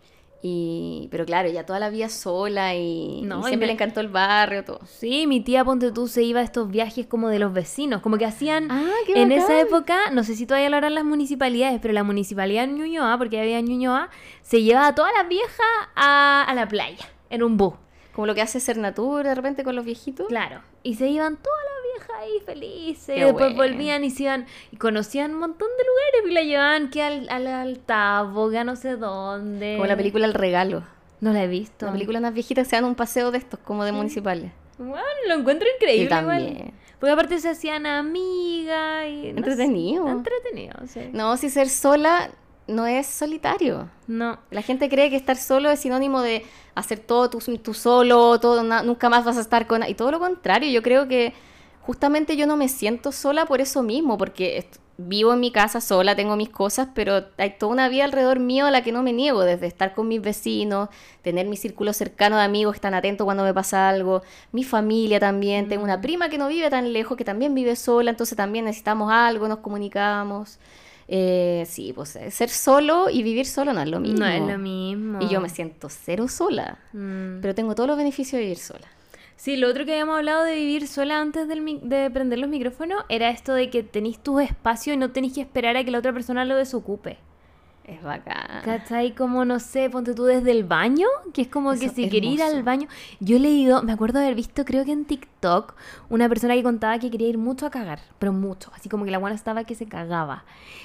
Y, pero claro, ella toda la vida sola y, No, y y siempre me- le encantó el barrio, todo. Sí, mi tía, ponte tú, se iba a estos viajes como de los vecinos, como que hacían Ah, qué en bacán. esa época, no sé si todavía lo harán las municipalidades, pero la municipalidad en Ñuñoa, porque había en Ñuñoa, se llevaba a todas las viejas a, a la playa, en un bus. Como lo que hace Cernatur de repente con los viejitos. Claro, y se iban todas las viejas ahí felices, Qué y después bueno. volvían y se iban, y conocían un montón de lugares, y la llevaban que al, al Altavo, que a no sé dónde. Como la película El Regalo. No la he visto. La película de unas viejitas que se dan un paseo de estos, como de municipales. Bueno, lo encuentro increíble Yo también. igual. Porque aparte se hacían amigas y... no sé, Entretenido. entretenido, sí. No, si ser sola no es solitario. No. La gente cree que estar solo es sinónimo de hacer todo tú, tú solo, todo, na- nunca más vas a estar con... Y todo lo contrario, yo creo que justamente yo no me siento sola por eso mismo, porque est- vivo en mi casa sola, tengo mis cosas, pero hay toda una vida alrededor mío a la que no me niego, desde estar con mis vecinos, tener mi círculo cercano de amigos que están atentos cuando me pasa algo, mi familia también, tengo una prima que no vive tan lejos, que también vive sola, entonces también necesitamos algo, nos comunicamos. Eh, sí, pues eh, ser solo y vivir solo no es lo mismo. No es lo mismo. Y yo me siento cero sola, Mm. pero tengo todos los beneficios de vivir sola. Sí, lo otro que habíamos hablado de vivir sola antes del mi- de prender los micrófonos era esto de que tenéis tu espacio y no tenéis que esperar a que la otra persona lo desocupe. Es bacán. ¿Cachai? Como, no sé, ponte tú desde el baño, que es como que Eso, si quería ir al hermoso. baño. Yo he leído, me acuerdo de haber visto, creo que en TikTok, una persona que contaba que quería ir mucho a cagar, pero mucho, así como que la buena estaba que se cagaba.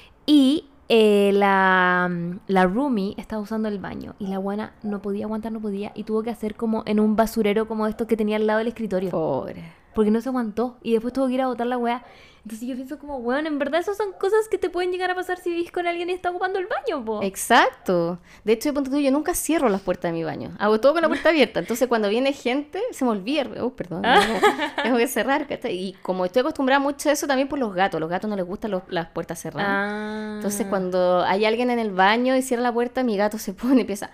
Y eh, la, la roomie estaba usando el baño y la buena no podía aguantar, no podía, y tuvo que hacer como en un basurero como estos que tenía al lado del escritorio. Pobre. Porque no se aguantó y después tuvo que ir a botar la weá. Entonces yo pienso como, weón, en verdad esas son cosas que te pueden llegar a pasar si vivís con alguien y está ocupando el baño, po. Exacto. De hecho, ponte tú, yo nunca cierro las puertas de mi baño. Hago todo con la puerta abierta. Entonces, cuando viene gente, se me olvida. Oh, perdón. Tengo, tengo que cerrar. ¿cachai? Y como estoy acostumbrada mucho a eso, también por los gatos. Los gatos no les gustan los- las puertas cerradas. Ah. Entonces, cuando hay alguien en el baño y cierra la puerta, mi gato se pone y empieza...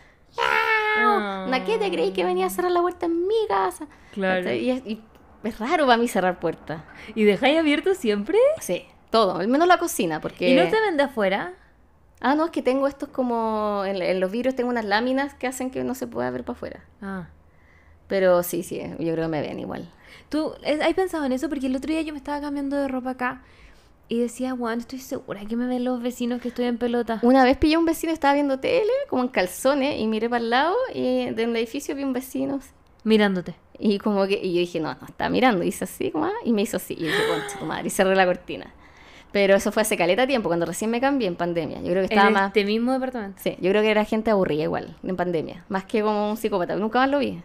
Ah. ¿A qué te creí que venía a cerrar la puerta en mi casa? Claro. ¿Cachai? Y es, y es raro para mí cerrar puertas. ¿Y dejáis abierto siempre? Sí, todo. Al menos la cocina, porque... ¿Y no te ven de afuera? Ah, no, es que tengo estos como... En, en los vidrios tengo unas láminas que hacen que no se pueda ver para afuera. Ah. Pero sí, sí, yo creo que me ven igual. ¿Tú eh, has pensado en eso? Porque el otro día yo me estaba cambiando de ropa acá y decía, weón, estoy segura que me ven los vecinos que estoy en pelota. Una vez pillé a un vecino, estaba viendo tele, como en calzones, y miré para el lado, y de un edificio vi un vecino. Mirándote. Y como que, y yo dije, no, no, estaba mirando, y hice así, como, ah, y me hizo así, y dije, concha tu madre, y cerré la cortina. Pero eso fue hace caleta tiempo, cuando recién me cambié en pandemia. Yo creo que estaba En más... este mismo departamento. Sí, yo creo que era gente aburrida igual, en pandemia, más que como un psicópata, nunca más lo vi.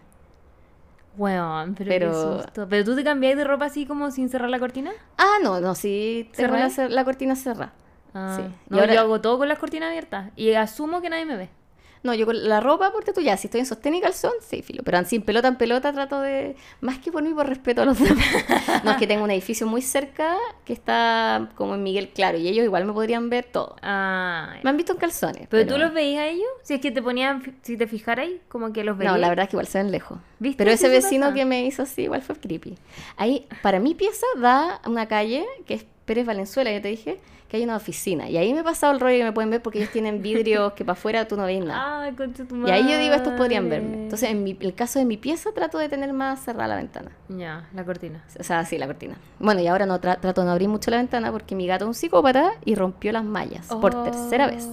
Weón, pero, Pero- qué susto. ¿Pero tú te cambiáis de ropa así como sin cerrar la cortina? Ah, no, no, sí, tengo la, ¿Cerráis? cer- la cortina cerrada. Ah, Sí. no, Y ahora- yo hago todo con las cortinas abiertas y asumo que nadie me ve. No, yo con la ropa, porque tú ya, si estoy en sostén y calzón, sí, filo. Pero sin pelota en pelota trato de... Más que por mí, por respeto a los demás. No, es que tengo un edificio muy cerca que está como en Miguel Claro y ellos igual me podrían ver todo. Ah, Me han visto en calzones. ¿pero, pero tú los veías a ellos? Si es que te ponían, si te fijaras ahí, como que los veías. No, la verdad es que igual se ven lejos. ¿Viste? Pero ese ¿Qué se vecino pasa? que me hizo así, igual fue creepy. Ahí, para mi pieza, da una calle que es Pérez Valenzuela, ya te dije, que hay una oficina. Y ahí me he pasado el rollo que me pueden ver porque ellos tienen vidrios que para afuera tú no ves nada. Ay, concha tu Y madre. ahí yo digo, estos podrían verme. Entonces, en mi, el caso de mi pieza, trato de tener más cerrada la ventana. Ya, la cortina. O sea, sí, la cortina. Bueno, y ahora no tra- trato de no abrir mucho la ventana porque mi gato es un psicópata y rompió las mallas por tercera vez.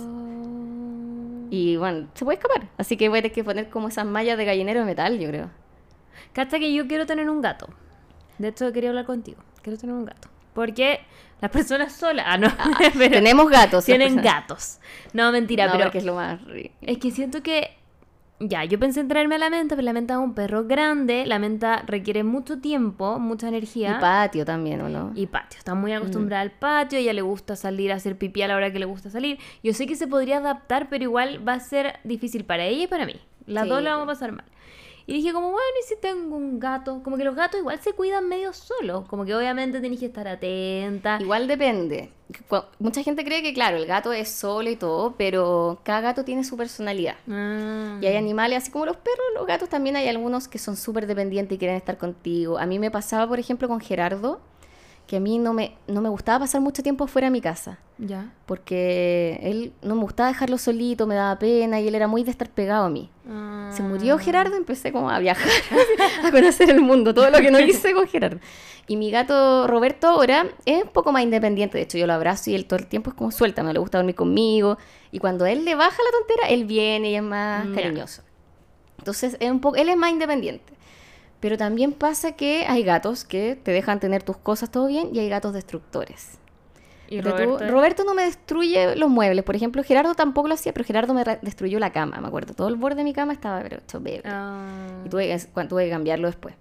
Y bueno, se puede escapar. Así que voy a tener que poner como esas mallas de gallinero de metal, yo creo. Cacha que yo quiero tener un gato. De hecho, quería hablar contigo. Quiero tener un gato. Porque las personas solas... Ah, no. Ah, pero tenemos gatos. tienen las personas- gatos. No, mentira, No, pero... porque es lo más rico. Es que siento que... Ya, yo pensé en traerme a la menta, pero la menta es un perro grande. La menta requiere mucho tiempo, mucha energía. Y patio también, ¿o no? Y patio. Está muy acostumbrada al patio. A ella le gusta salir a hacer pipí a la hora que le gusta salir. Yo sé que se podría adaptar, pero igual va a ser difícil para ella y para mí. Las Sí, dos la pues. vamos a pasar mal. Y dije como, bueno, ¿y si tengo un gato? Como que los gatos igual se cuidan medio solos. Como que obviamente tenés que estar atenta. Igual depende. Cu- Mucha gente cree que, claro, el gato es solo y todo, pero cada gato tiene su personalidad. Ah. Y hay animales, así como los perros, los gatos también hay algunos que son súper dependientes y quieren estar contigo. A mí me pasaba, por ejemplo, con Gerardo, que a mí no me, no me gustaba pasar mucho tiempo fuera de mi casa. Ya. Porque él no me gustaba dejarlo solito, me daba pena y él era muy de estar pegado a mí. Ah. Se murió Gerardo, empecé como a viajar, a conocer el mundo, todo lo que no hice con Gerardo. Y mi gato Roberto ahora es un poco más independiente, de hecho yo lo abrazo y él todo el tiempo es como suelta, no le gusta dormir conmigo. Y cuando a él le baja la tontera, él viene y es más Ya. cariñoso. Entonces es un poco, él es más independiente. Pero también pasa que hay gatos que te dejan tener tus cosas todo bien y hay gatos destructores. ¿Y Pero tú- Roberto? es? Roberto no me destruye los muebles. Por ejemplo, Gerardo tampoco lo hacía, pero Gerardo me re- destruyó la cama, me acuerdo. Todo el borde de mi cama estaba pero hecho bebé. Ah. Y tuve que, cuando tuve que cambiarlo después.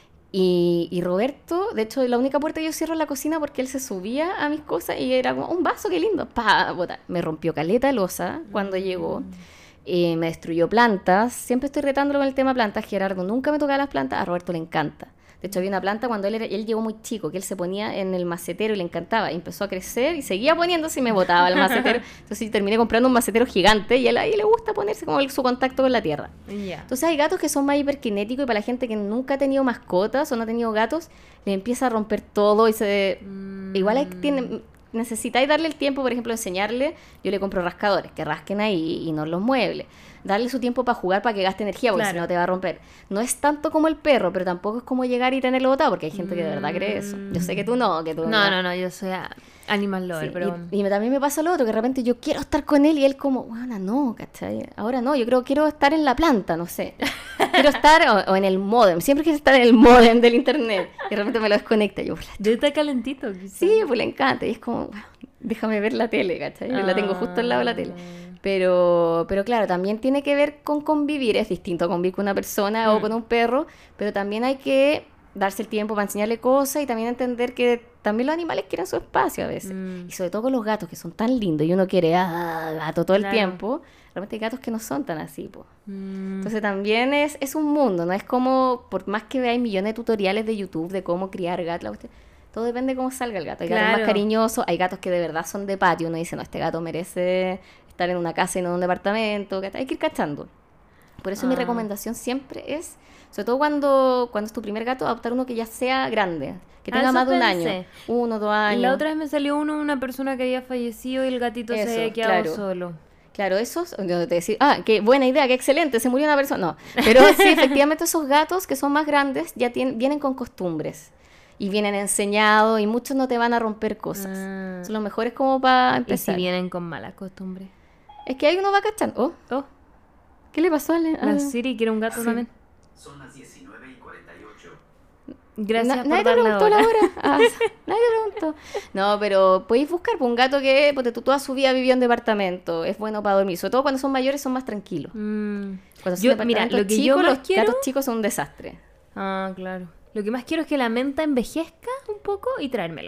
Y, y Roberto, de hecho, la única puerta que yo cierro es la cocina porque él se subía a mis cosas y era como, un vaso, qué lindo, pa, botar. Me rompió caleta de losa cuando llegó. Eh, me destruyó plantas. Siempre estoy retándolo con el tema plantas. Gerardo nunca me tocaba las plantas. A Roberto le encanta. De hecho, había una planta cuando él, era, él llegó muy chico, que él se ponía en el macetero y le encantaba. Y empezó a crecer y seguía poniéndose y me botaba el macetero. Entonces yo terminé comprando un macetero gigante y a él ahí le gusta ponerse como el- su contacto con la tierra. Ya. Entonces hay gatos que son más hiperkinéticos y para la gente que nunca ha tenido mascotas o no ha tenido gatos, le empieza a romper todo y se... Mm. Igual hay, tiene, necesitáis darle el tiempo, por ejemplo, enseñarle, yo le compro rascadores, que rasquen ahí y no los muebles. Darle su tiempo para jugar, para que gaste energía, porque Claro. si no te va a romper. No es tanto como el perro, pero tampoco es como llegar y tenerlo botado, porque hay gente que de verdad cree eso. Yo sé que tú no, que tú No, no, no, yo soy a- animal lover, Sí, pero... y, y me- también me pasa lo otro, que de repente yo quiero estar con él y él como, bueno, no, ¿cachai? Ahora no, yo creo que quiero estar en la planta, no sé. Quiero estar, o, o en el modem, siempre quiero estar en el modem del internet. Y de repente me lo desconecta y yo, Yo está calentito, quizás. sí, pues le encanta. Y es como, bueno, déjame ver la tele, ¿cachai? La tengo justo al lado de la tele. Ah. Pero, pero claro, también tiene que ver con convivir. Es distinto a convivir con una persona Mm. o con un perro, pero también hay que darse el tiempo para enseñarle cosas y también entender que también los animales quieren su espacio a veces. Mm. Y sobre todo con los gatos, que son tan lindos y uno quiere, ah, gato todo el Claro. tiempo. Realmente hay gatos que no son tan así, po. Mm. Entonces también es, es un mundo, ¿no? Es como, por más que veáis millones de tutoriales de YouTube de cómo criar gatos, la cuestión, todo depende de cómo salga el gato. Hay gatos Claro. más cariñosos, hay gatos que de verdad son de patio. Uno dice, no, este gato merece estar en una casa y no en un departamento. ¿Cachai? Hay que ir cachando. Por eso mi Ah. recomendación siempre es, sobre todo cuando, cuando es tu primer gato, adoptar uno que ya sea grande, que Ah, tenga eso más de un pensé. año. Uno, dos años. La otra vez me salió uno, una persona que había fallecido y el gatito Eso, se había quedado claro. solo. Claro, esos, donde te decís, ah, qué buena idea, qué excelente, se murió una persona. No, pero sí, efectivamente esos gatos que son más grandes ya tienen, vienen con costumbres y vienen enseñados y muchos no te van a romper cosas. Ah. Son los mejores como para Y si empezar. vienen con malas costumbres. Es que ahí uno va cachando. Oh, Oh, ¿qué le pasó a Ale? la Ah, Siri quiere un gato sí. también. Son las diecinueve y cuarenta y ocho. Gracias na- por nadie te dar la preguntó hora. la hora. Ah, nadie te preguntó. No, pero podéis buscar por un gato que porque tú toda su vida vivió en departamento. Es bueno para dormir. Sobre todo cuando son mayores son más tranquilos. Mm. Cuando son Yo- mira, departamentos lo que yo chicos, más los quiero- gatos chicos son un desastre. Ah, claro. Lo que más quiero es que la menta envejezca un poco y traérmela.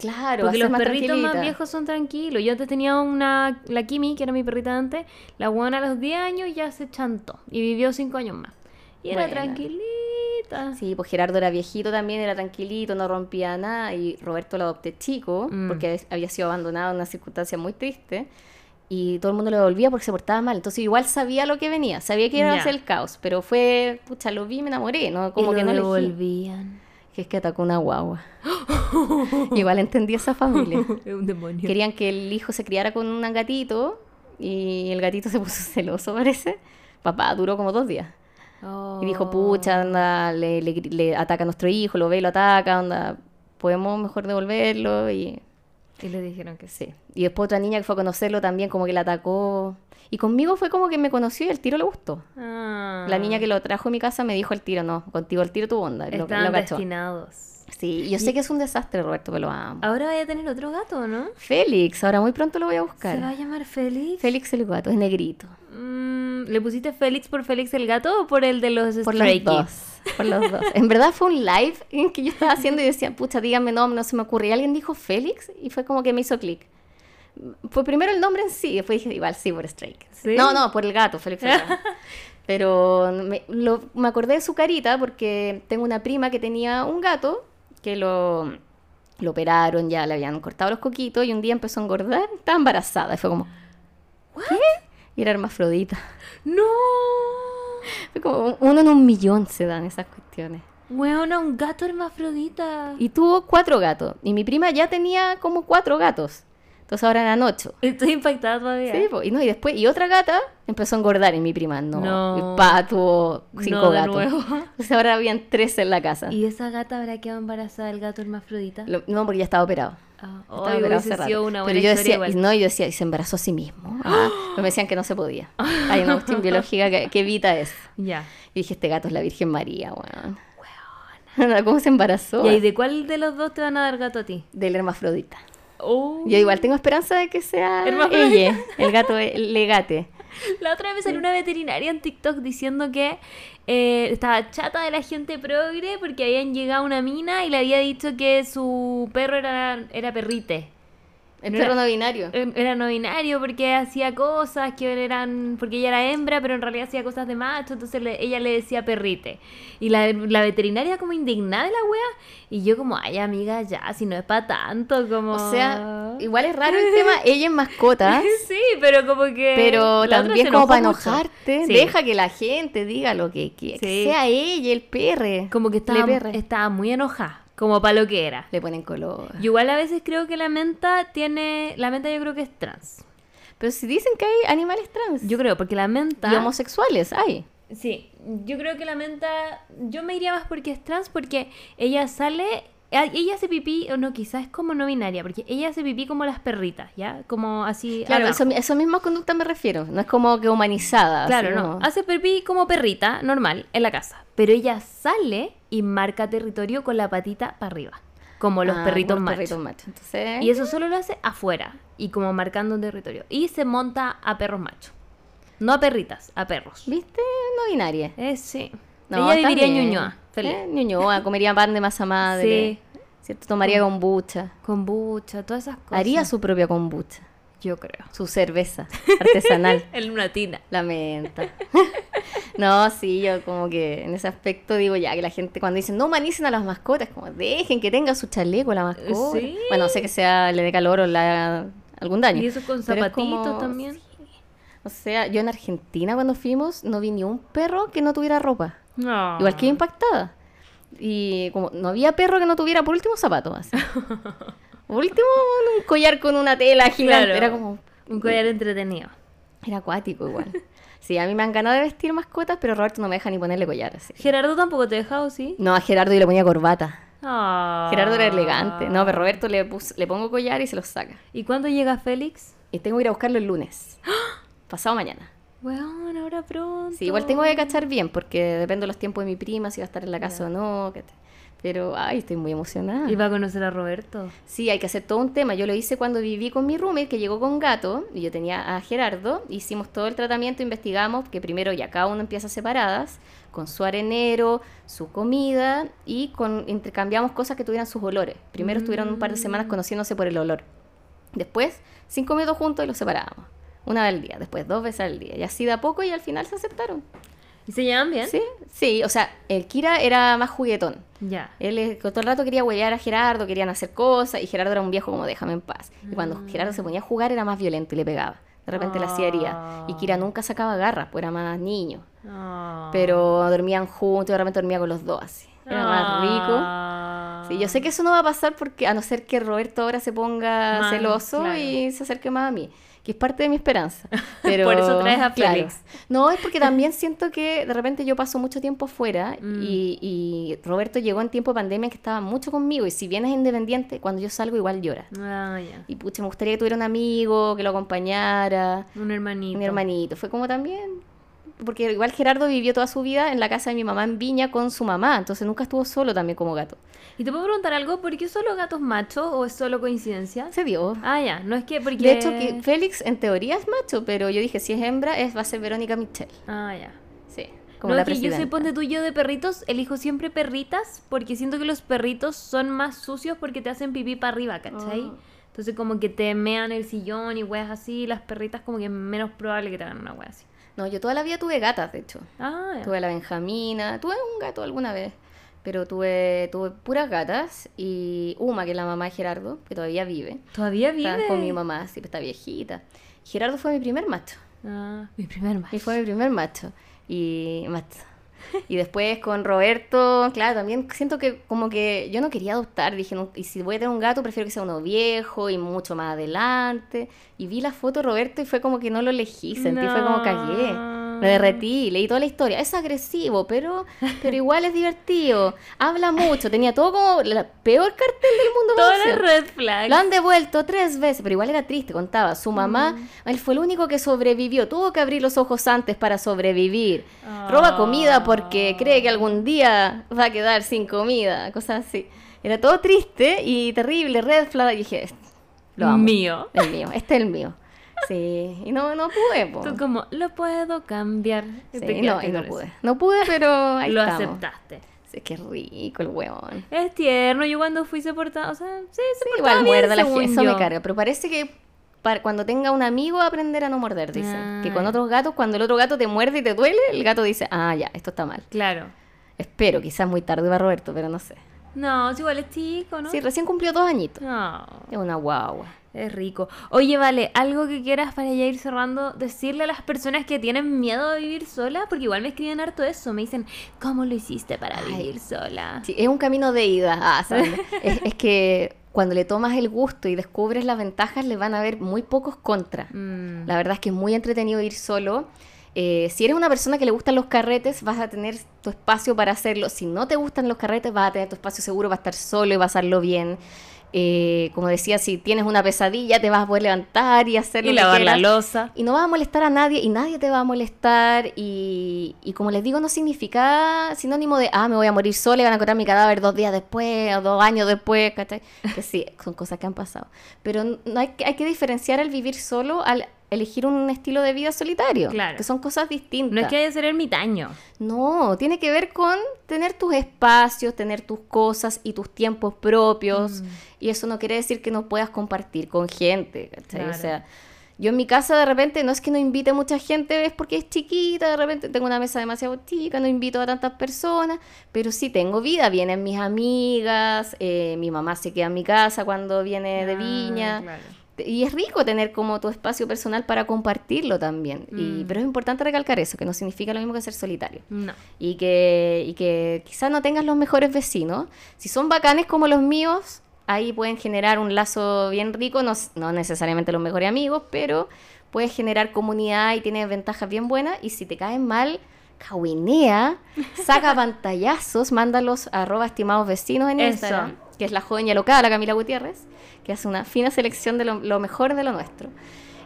Claro, Porque va a ser los más perritos más tranquilita. viejos son tranquilos. Yo antes tenía una, la Kimi, que era mi perrita antes. La buena a los diez años ya se chantó y vivió cinco años más. Y era Buena. tranquilita. Sí, pues Gerardo era viejito también, era tranquilito, no rompía nada. Y Roberto lo adopté chico, Mm. porque había sido abandonado en una circunstancia muy triste. Y todo el mundo lo devolvía porque se portaba mal. Entonces igual sabía lo que venía, sabía que iba a Ya. ser el caos. Pero fue, pucha, lo vi, me enamoré, ¿no? Como y que lo no elegí. devolvían. Que es que atacó una guagua. Igual entendí esa familia. Es un demonio. Querían que el hijo se criara con un gatito y el gatito se puso celoso, parece. Papá duró como dos días. Y dijo, pucha, anda, le, le, le ataca a nuestro hijo, lo ve y lo ataca, anda, podemos mejor devolverlo. Y Y le dijeron que sí. sí. Y después otra niña que fue a conocerlo también como que la atacó. Y conmigo fue como que me conoció y el tiro le gustó. Ah. La niña que lo trajo a mi casa me dijo el tiro, no, contigo el tiro tu onda. y Lo, Estaban lo cachó. destinados. Sí, yo sé que es un desastre, Roberto, pero lo amo. Ahora vaya a tener otro gato, ¿no? Félix, ahora muy pronto lo voy a ¿Se va buscar. a llamar Félix? Félix el gato, es negrito. Mm, ¿Le pusiste Félix por Félix el gato o por el de los Por Stray los Kids? dos. Por los dos. En verdad fue un live en que yo estaba haciendo y decía, pucha, díganme nombre, no se me ocurre. Y alguien dijo Félix y fue como que me hizo clic. Fue primero el nombre en sí, después dije, igual sí, por Stray Kids. ¿Sí? No, no, por el gato, Félix el gato. Pero me, lo- me acordé de su carita porque tengo una prima que tenía un gato que lo, lo operaron, ya le habían cortado los coquitos y un día empezó a engordar, estaba embarazada y fue como, ¿qué? Y era hermafrodita. ¡No! Fue como uno en un millón se dan esas cuestiones. Weona, un gato hermafrodita. Y tuvo cuatro gatos. Y mi prima ya tenía como cuatro gatos. Entonces ahora eran ocho. Estoy impactada todavía. Sí, po, y, no, y después, y otra gata empezó a engordar y mi prima no. No. Y pa, tuvo cinco No, de gatos. nuevo. Entonces ahora habían tres en la casa. ¿Y esa gata habrá quedado embarazada del gato hermafrodita? Lo- no, porque ya estaba operado. Ah, Estaba hoy operado hubiese hace sido rato. una Pero buena yo historia decía, igual. y no, yo decía, y se embarazó a sí mismo. Ah, pero me decían que no se podía. Hay una cuestión biológica que, que evita eso. Ya. Y dije, este gato es la Virgen María, weón. ¿Cómo se embarazó? ¿Y ahí de cuál de los dos te van a dar gato a ti? Del hermafrodita. Oh. Yo igual tengo esperanza de que sea Hermafrodita. ella, el gato, el legate. La otra vez me salió una veterinaria en TikTok diciendo que eh, estaba chata de la gente progre porque habían llegado a una mina y le había dicho que su perro era, era perrite. El No perro era- no binario. Eh, Era no binario porque hacía cosas que eran. Porque ella era hembra, pero en realidad hacía cosas de macho, entonces le- ella le decía perrite. Y la, la veterinaria como indignada de la wea. Y yo, como, ay, amiga, ya, si no es para tanto, como. O sea, igual es raro el tema, ella es mascota, Sí, pero como que. pero la otra también se como enojó para mucho. enojarte, Sí. deja que la gente diga lo que quiera, que Sí. sea ella el perre. Como que Le estaba, perre. estaba muy enojada, como para lo que era. Le ponen color. Yo igual a veces creo que la menta tiene. La menta yo creo que es trans. Pero si dicen que hay animales trans Yo creo, porque la menta. y homosexuales, hay. Sí, yo creo que la menta, yo me iría más porque es trans, porque ella sale, a- ella hace pipí, o no, quizás es como no binaria, porque ella hace pipí como las perritas, ¿ya? Como así. Claro, abajo. eso, esa misma conducta me refiero, no es como que humanizada. Claro, así no. como- Hace pipí como perrita, normal, en la casa. Pero ella sale y marca territorio con la patita para arriba, como los Ah, perritos como los machos. perritos machos. Entonces, Y eso solo lo hace afuera, y como marcando un territorio. Y se monta a perros machos. No a perritas, a perros. ¿viste? No binaria. Eh, sí. No, ella está viviría en bien. Ñuñoa, feliz. Eh, Ñuñoa, comería pan de masa madre. ¿Cierto? Tomaría kombucha. Kombucha, todas esas cosas. Haría su propia kombucha. Yo creo. Su cerveza artesanal. En una tina. La menta. No, sí, yo como que en ese aspecto digo ya que la gente cuando dicen no humanicen a las mascotas, como dejen que tenga su chaleco la mascota. Sí. Bueno, sé que sea le dé calor o le haga algún daño. Y eso con pero es zapatitos como- también. O sea, yo en Argentina cuando fuimos no vi ni un perro que no tuviera ropa. No. Igual que impactada. Y como no había perro que no tuviera por último zapatos. Así. Por último un collar con una tela gigante. Claro. Era como... Un collar entretenido. Era acuático igual. Sí, a mí me han ganado de vestir mascotas, pero Roberto no me deja ni ponerle collar así. Gerardo tampoco te dejaba, ¿sí? No, a Gerardo yo le ponía corbata. Ah. Gerardo era elegante. No, pero Roberto le, pus- le pongo collar y se los saca. ¿Y cuándo llega Félix? Y tengo que ir a buscarlo el lunes. Pasado mañana. Weón, ahora pronto. Sí, igual tengo que cachar bien, porque depende de los tiempos de mi prima, si va a estar en la casa Ya. o no. que te- Pero, ay, estoy muy emocionada. ¿Y va a conocer a Roberto? Sí, hay que hacer todo un tema. Yo lo hice cuando viví con mi roommate, que llegó con gato, y yo tenía a Gerardo. Hicimos todo el tratamiento, investigamos, que primero ya cada uno empieza separadas, con su arenero, su comida, y con intercambiamos cosas que tuvieran sus olores. Primero estuvieron un par de semanas conociéndose por el olor. Después, cinco minutos juntos y los separábamos. Una vez al día, después dos veces al día. Y así de a poco, y al final se aceptaron. ¿Y se llevan bien? Sí, sí, o sea, el Kira era más juguetón. Ya. Él eh, todo el rato quería huevear a Gerardo, querían hacer cosas, y Gerardo era un viejo como déjame en paz. Y cuando Mm. Gerardo se ponía a jugar era más violento y le pegaba. De repente le hacía herida. Y Kira nunca sacaba garras, pues era más niño. Ah. Pero dormían juntos y de repente dormía con los dos así. Era más rico. Ah. Sí, yo sé que eso no va a pasar porque a no ser que Roberto ahora se ponga Más, celoso claro. y se acerque más a mí, que es parte de mi esperanza. Pero, Por eso traes a claro. Félix. No, es porque también siento que de repente yo paso mucho tiempo fuera Mm. y, y Roberto llegó en tiempo de pandemia que estaba mucho conmigo y si bien es independiente, cuando yo salgo igual llora. Ah, ya. Y pucha, me gustaría que tuviera un amigo, que lo acompañara, Un hermanito. mi hermanito. Fue como también... Porque igual Gerardo vivió toda su vida en la casa de mi mamá en Viña con su mamá, entonces nunca estuvo solo también como gato. ¿Y te puedo preguntar algo? ¿Por qué solo gatos machos o es solo coincidencia? Se dio. Ah, ya. No es que porque... De hecho, que Félix en teoría es macho, pero yo dije, si es hembra, es, va a ser Verónica Michelle. Ah, ya. Sí, como No, la es que yo soy presidenta. ponte tuyo de perritos, elijo siempre perritas porque siento que los perritos son más sucios porque te hacen pipí para arriba, ¿cachai? Ah. Entonces como que te mean el sillón y weas así, las perritas como que es menos probable que te hagan una wea así. No, yo toda la vida tuve gatas, de hecho. Ah, ya. Tuve a la Benjamina, tuve un gato alguna vez, pero tuve, tuve puras gatas y Uma, que es la mamá de Gerardo, que todavía vive. ¿Todavía Está vive? con mi mamá, sí, está viejita. Gerardo fue mi primer macho. Ah, mi primer macho. Y fue mi primer macho. Y macho. Y después con Roberto, claro, también siento que como que yo no quería adoptar. Dije, no, y si voy a tener un gato, prefiero que sea uno viejo y mucho más adelante. Y vi la foto de Roberto y fue como que no lo elegí. Sentí, fue como cagué. Me derretí, leí toda la historia. Es agresivo, pero, pero igual es divertido. Habla mucho, tenía todo como la peor cartel del mundo. Todas para las hacer. red flags. Lo han devuelto tres veces, pero igual era triste, contaba. Su mamá, él fue el único que sobrevivió. Tuvo que abrir los ojos antes para sobrevivir. Roba comida porque cree que algún día va a quedar sin comida, cosas así. Era todo triste y terrible, red flag. Y dije, lo amo. Mío. El mío, este es el mío. Sí, y no, no pude, po. Tú como, lo puedo cambiar. Y Sí, te no, quedaste y no con eso. pude. No pude, pero ahí Lo estamos. aceptaste. Sí, qué rico el huevón. Es tierno, yo cuando fui se portaba, o sea, sí, se Sí, portaba igual bien, muerde la según gente, eso yo. me carga. Pero parece que para cuando tenga un amigo va a aprender a no morder, dicen. Ah, que con ya. otros gatos, cuando el otro gato te muerde y te duele, el gato dice, ah, ya, esto está mal. Claro. Espero, quizás muy tarde va Roberto, pero no sé. No, es igual es chico, ¿no? Sí, recién cumplió dos añitos. No, Es una guagua. es rico. Oye, vale, algo que quieras para ya ir cerrando, decirle a las personas que tienen miedo a vivir sola, porque igual me escriben harto eso, me dicen, ¿cómo lo hiciste para Ay. vivir sola? Sí, es un camino de ida. Ah, ¿sabes? es, es que cuando le tomas el gusto y descubres las ventajas, le van a haber muy pocos contras. Mm, La verdad es que es muy entretenido ir solo. Eh, si eres una persona que le gustan los carretes, vas a tener tu espacio para hacerlo. Si no te gustan los carretes, vas a tener tu espacio seguro, vas a estar solo y vas a hacerlo bien. Eh, como decía, si tienes una pesadilla, te vas a poder levantar y hacer lo y que lavar la quieras. loza. Y no vas a molestar a nadie y nadie te va a molestar. Y, y como les digo, no significa sinónimo de, ah, me voy a morir sola y van a encontrar mi cadáver dos días después o dos años después, ¿cachai? Que sí, son cosas que han pasado. Pero no hay, que- hay que diferenciar el vivir solo al elegir un estilo de vida solitario. Claro. Que son cosas distintas. No es que haya que ser ermitaño. No, tiene que ver con tener tus espacios, tener tus cosas y tus tiempos propios. Mm. Y eso no quiere decir que no puedas compartir con gente, ¿cachai? Claro. O sea, yo en mi casa de repente no es que no invite mucha gente, es porque es chiquita, de repente tengo una mesa demasiado chica, no invito a tantas personas, pero sí tengo vida, vienen mis amigas, eh, mi mamá se queda en mi casa cuando viene de Ah, Viña. claro. Y es rico tener como tu espacio personal para compartirlo también. Y, Mm. pero es importante recalcar eso, que no significa lo mismo que ser solitario. No. Y que, y que quizás no tengas los mejores vecinos. Si son bacanes como los míos, ahí pueden generar un lazo bien rico, no, no necesariamente los mejores amigos, pero puedes generar comunidad y tienes ventajas bien buenas. Y si te caen mal, cahuinea, saca pantallazos, mándalos a arroba estimados vecinos en Eso. Instagram, que es la joven y alocada, la Camila Gutiérrez, que hace una fina selección de lo, lo mejor de lo nuestro.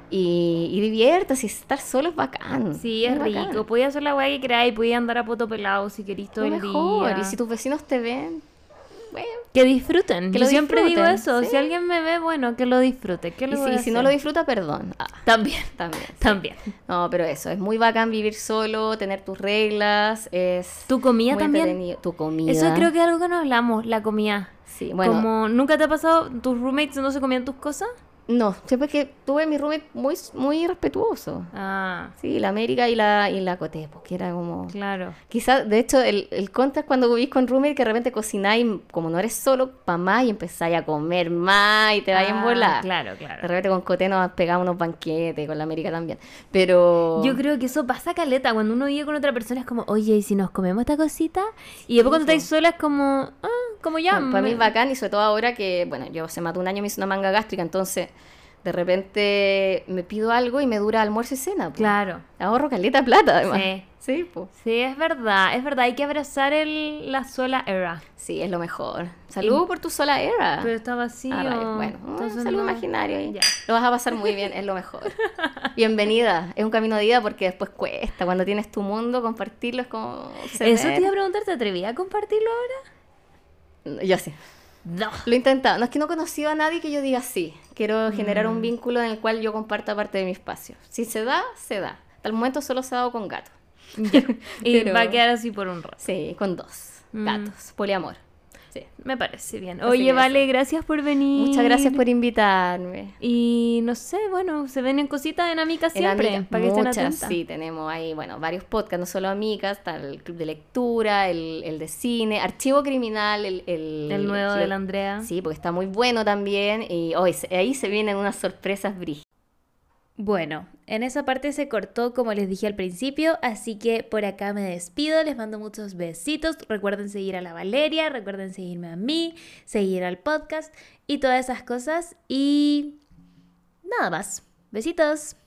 Y, y diviértase, estar solo es bacán. Sí, es bacán. rico. Podía hacer la weá que queráis, podía andar a poto pelado si queréis todo Lo el mejor. día. Y si tus vecinos te ven, bueno. Que disfruten. Que Yo lo siempre digo disfruten, eso. sí. Si alguien me ve, bueno, que lo disfrute. ¿Qué Y le si, voy a y si no hacer? lo disfruta, perdón. Ah, También. también. sí. También. No, pero eso, es muy bacán vivir solo, tener tus reglas, es ¿Tu comida muy también? entretenido. Tu comida. Eso creo que es algo que no hablamos, la comida. Sí, bueno, Como, ¿nunca te ha pasado, tus roommates no se comían tus cosas? no, siempre que tuve mi roommate muy, muy respetuoso. Ah, Sí, la América y la, y la Coté, porque era como... claro. Quizás, de hecho, el, el contra es cuando vivís con roommate que de repente cocináis, como no eres solo, pa' más y empezáis a comer más y te vais Ah, en volar. Claro, De claro. repente con Coté nos pegamos unos banquetes, con la América también. Pero... Yo creo que eso pasa caleta. Cuando uno vive con otra persona es como, oye, ¿y si nos comemos esta cosita? Y después cuando po. estáis sola es como, ah, como ya. Bueno, para mí me- es bacán y sobre todo ahora que, bueno, yo se mató un año, me hice una manga gástrica, entonces de repente me pido algo y me dura almuerzo y cena. po. Claro. Ahorro caleta de plata, además. Sí. Sí, pues. Sí, es verdad, es verdad. Hay que abrazar el, la sola era. Sí, es lo mejor. Salud por tu sola era. Pero está vacío. Ah, rayos. Bueno, entonces un saludo no- imaginario ahí. Ya. Lo vas a pasar muy bien, es lo mejor. Bienvenida. Es un camino de ida porque después cuesta. Cuando tienes tu mundo, compartirlo es como... ceder. Eso te iba a preguntar, ¿te atrevías a compartirlo ahora? Yo sí. No. Lo he intentado. No es que no he conocido a nadie que yo diga sí. Quiero generar Mm. un vínculo en el cual yo comparta parte de mi espacio. Si se da, se da. Hasta el momento solo se ha dado con gatos. Ya. Y Pero- va a quedar así por un rato. Sí, con dos Mm. gatos. Poliamor. Sí. Me parece bien. Así Oye, que vale, eso. gracias por venir. Muchas gracias por invitarme. Y no sé, bueno, se ven en cositas en Amigas En siempre, Amigas, para que estén muchas, atentas. sí, tenemos ahí, bueno, varios podcasts, no solo Amigas, está el club de lectura, el, el de cine, Archivo Criminal, el... El, El nuevo club- de la Andrea. Sí, porque está muy bueno también, y hoy ahí se vienen unas sorpresas brígidas. Bueno, en esa parte se cortó como les dije al principio, así que por acá me despido, les mando muchos besitos, recuerden seguir a la Valeria, recuerden seguirme a mí, seguir al podcast y todas esas cosas y nada más. Besitos.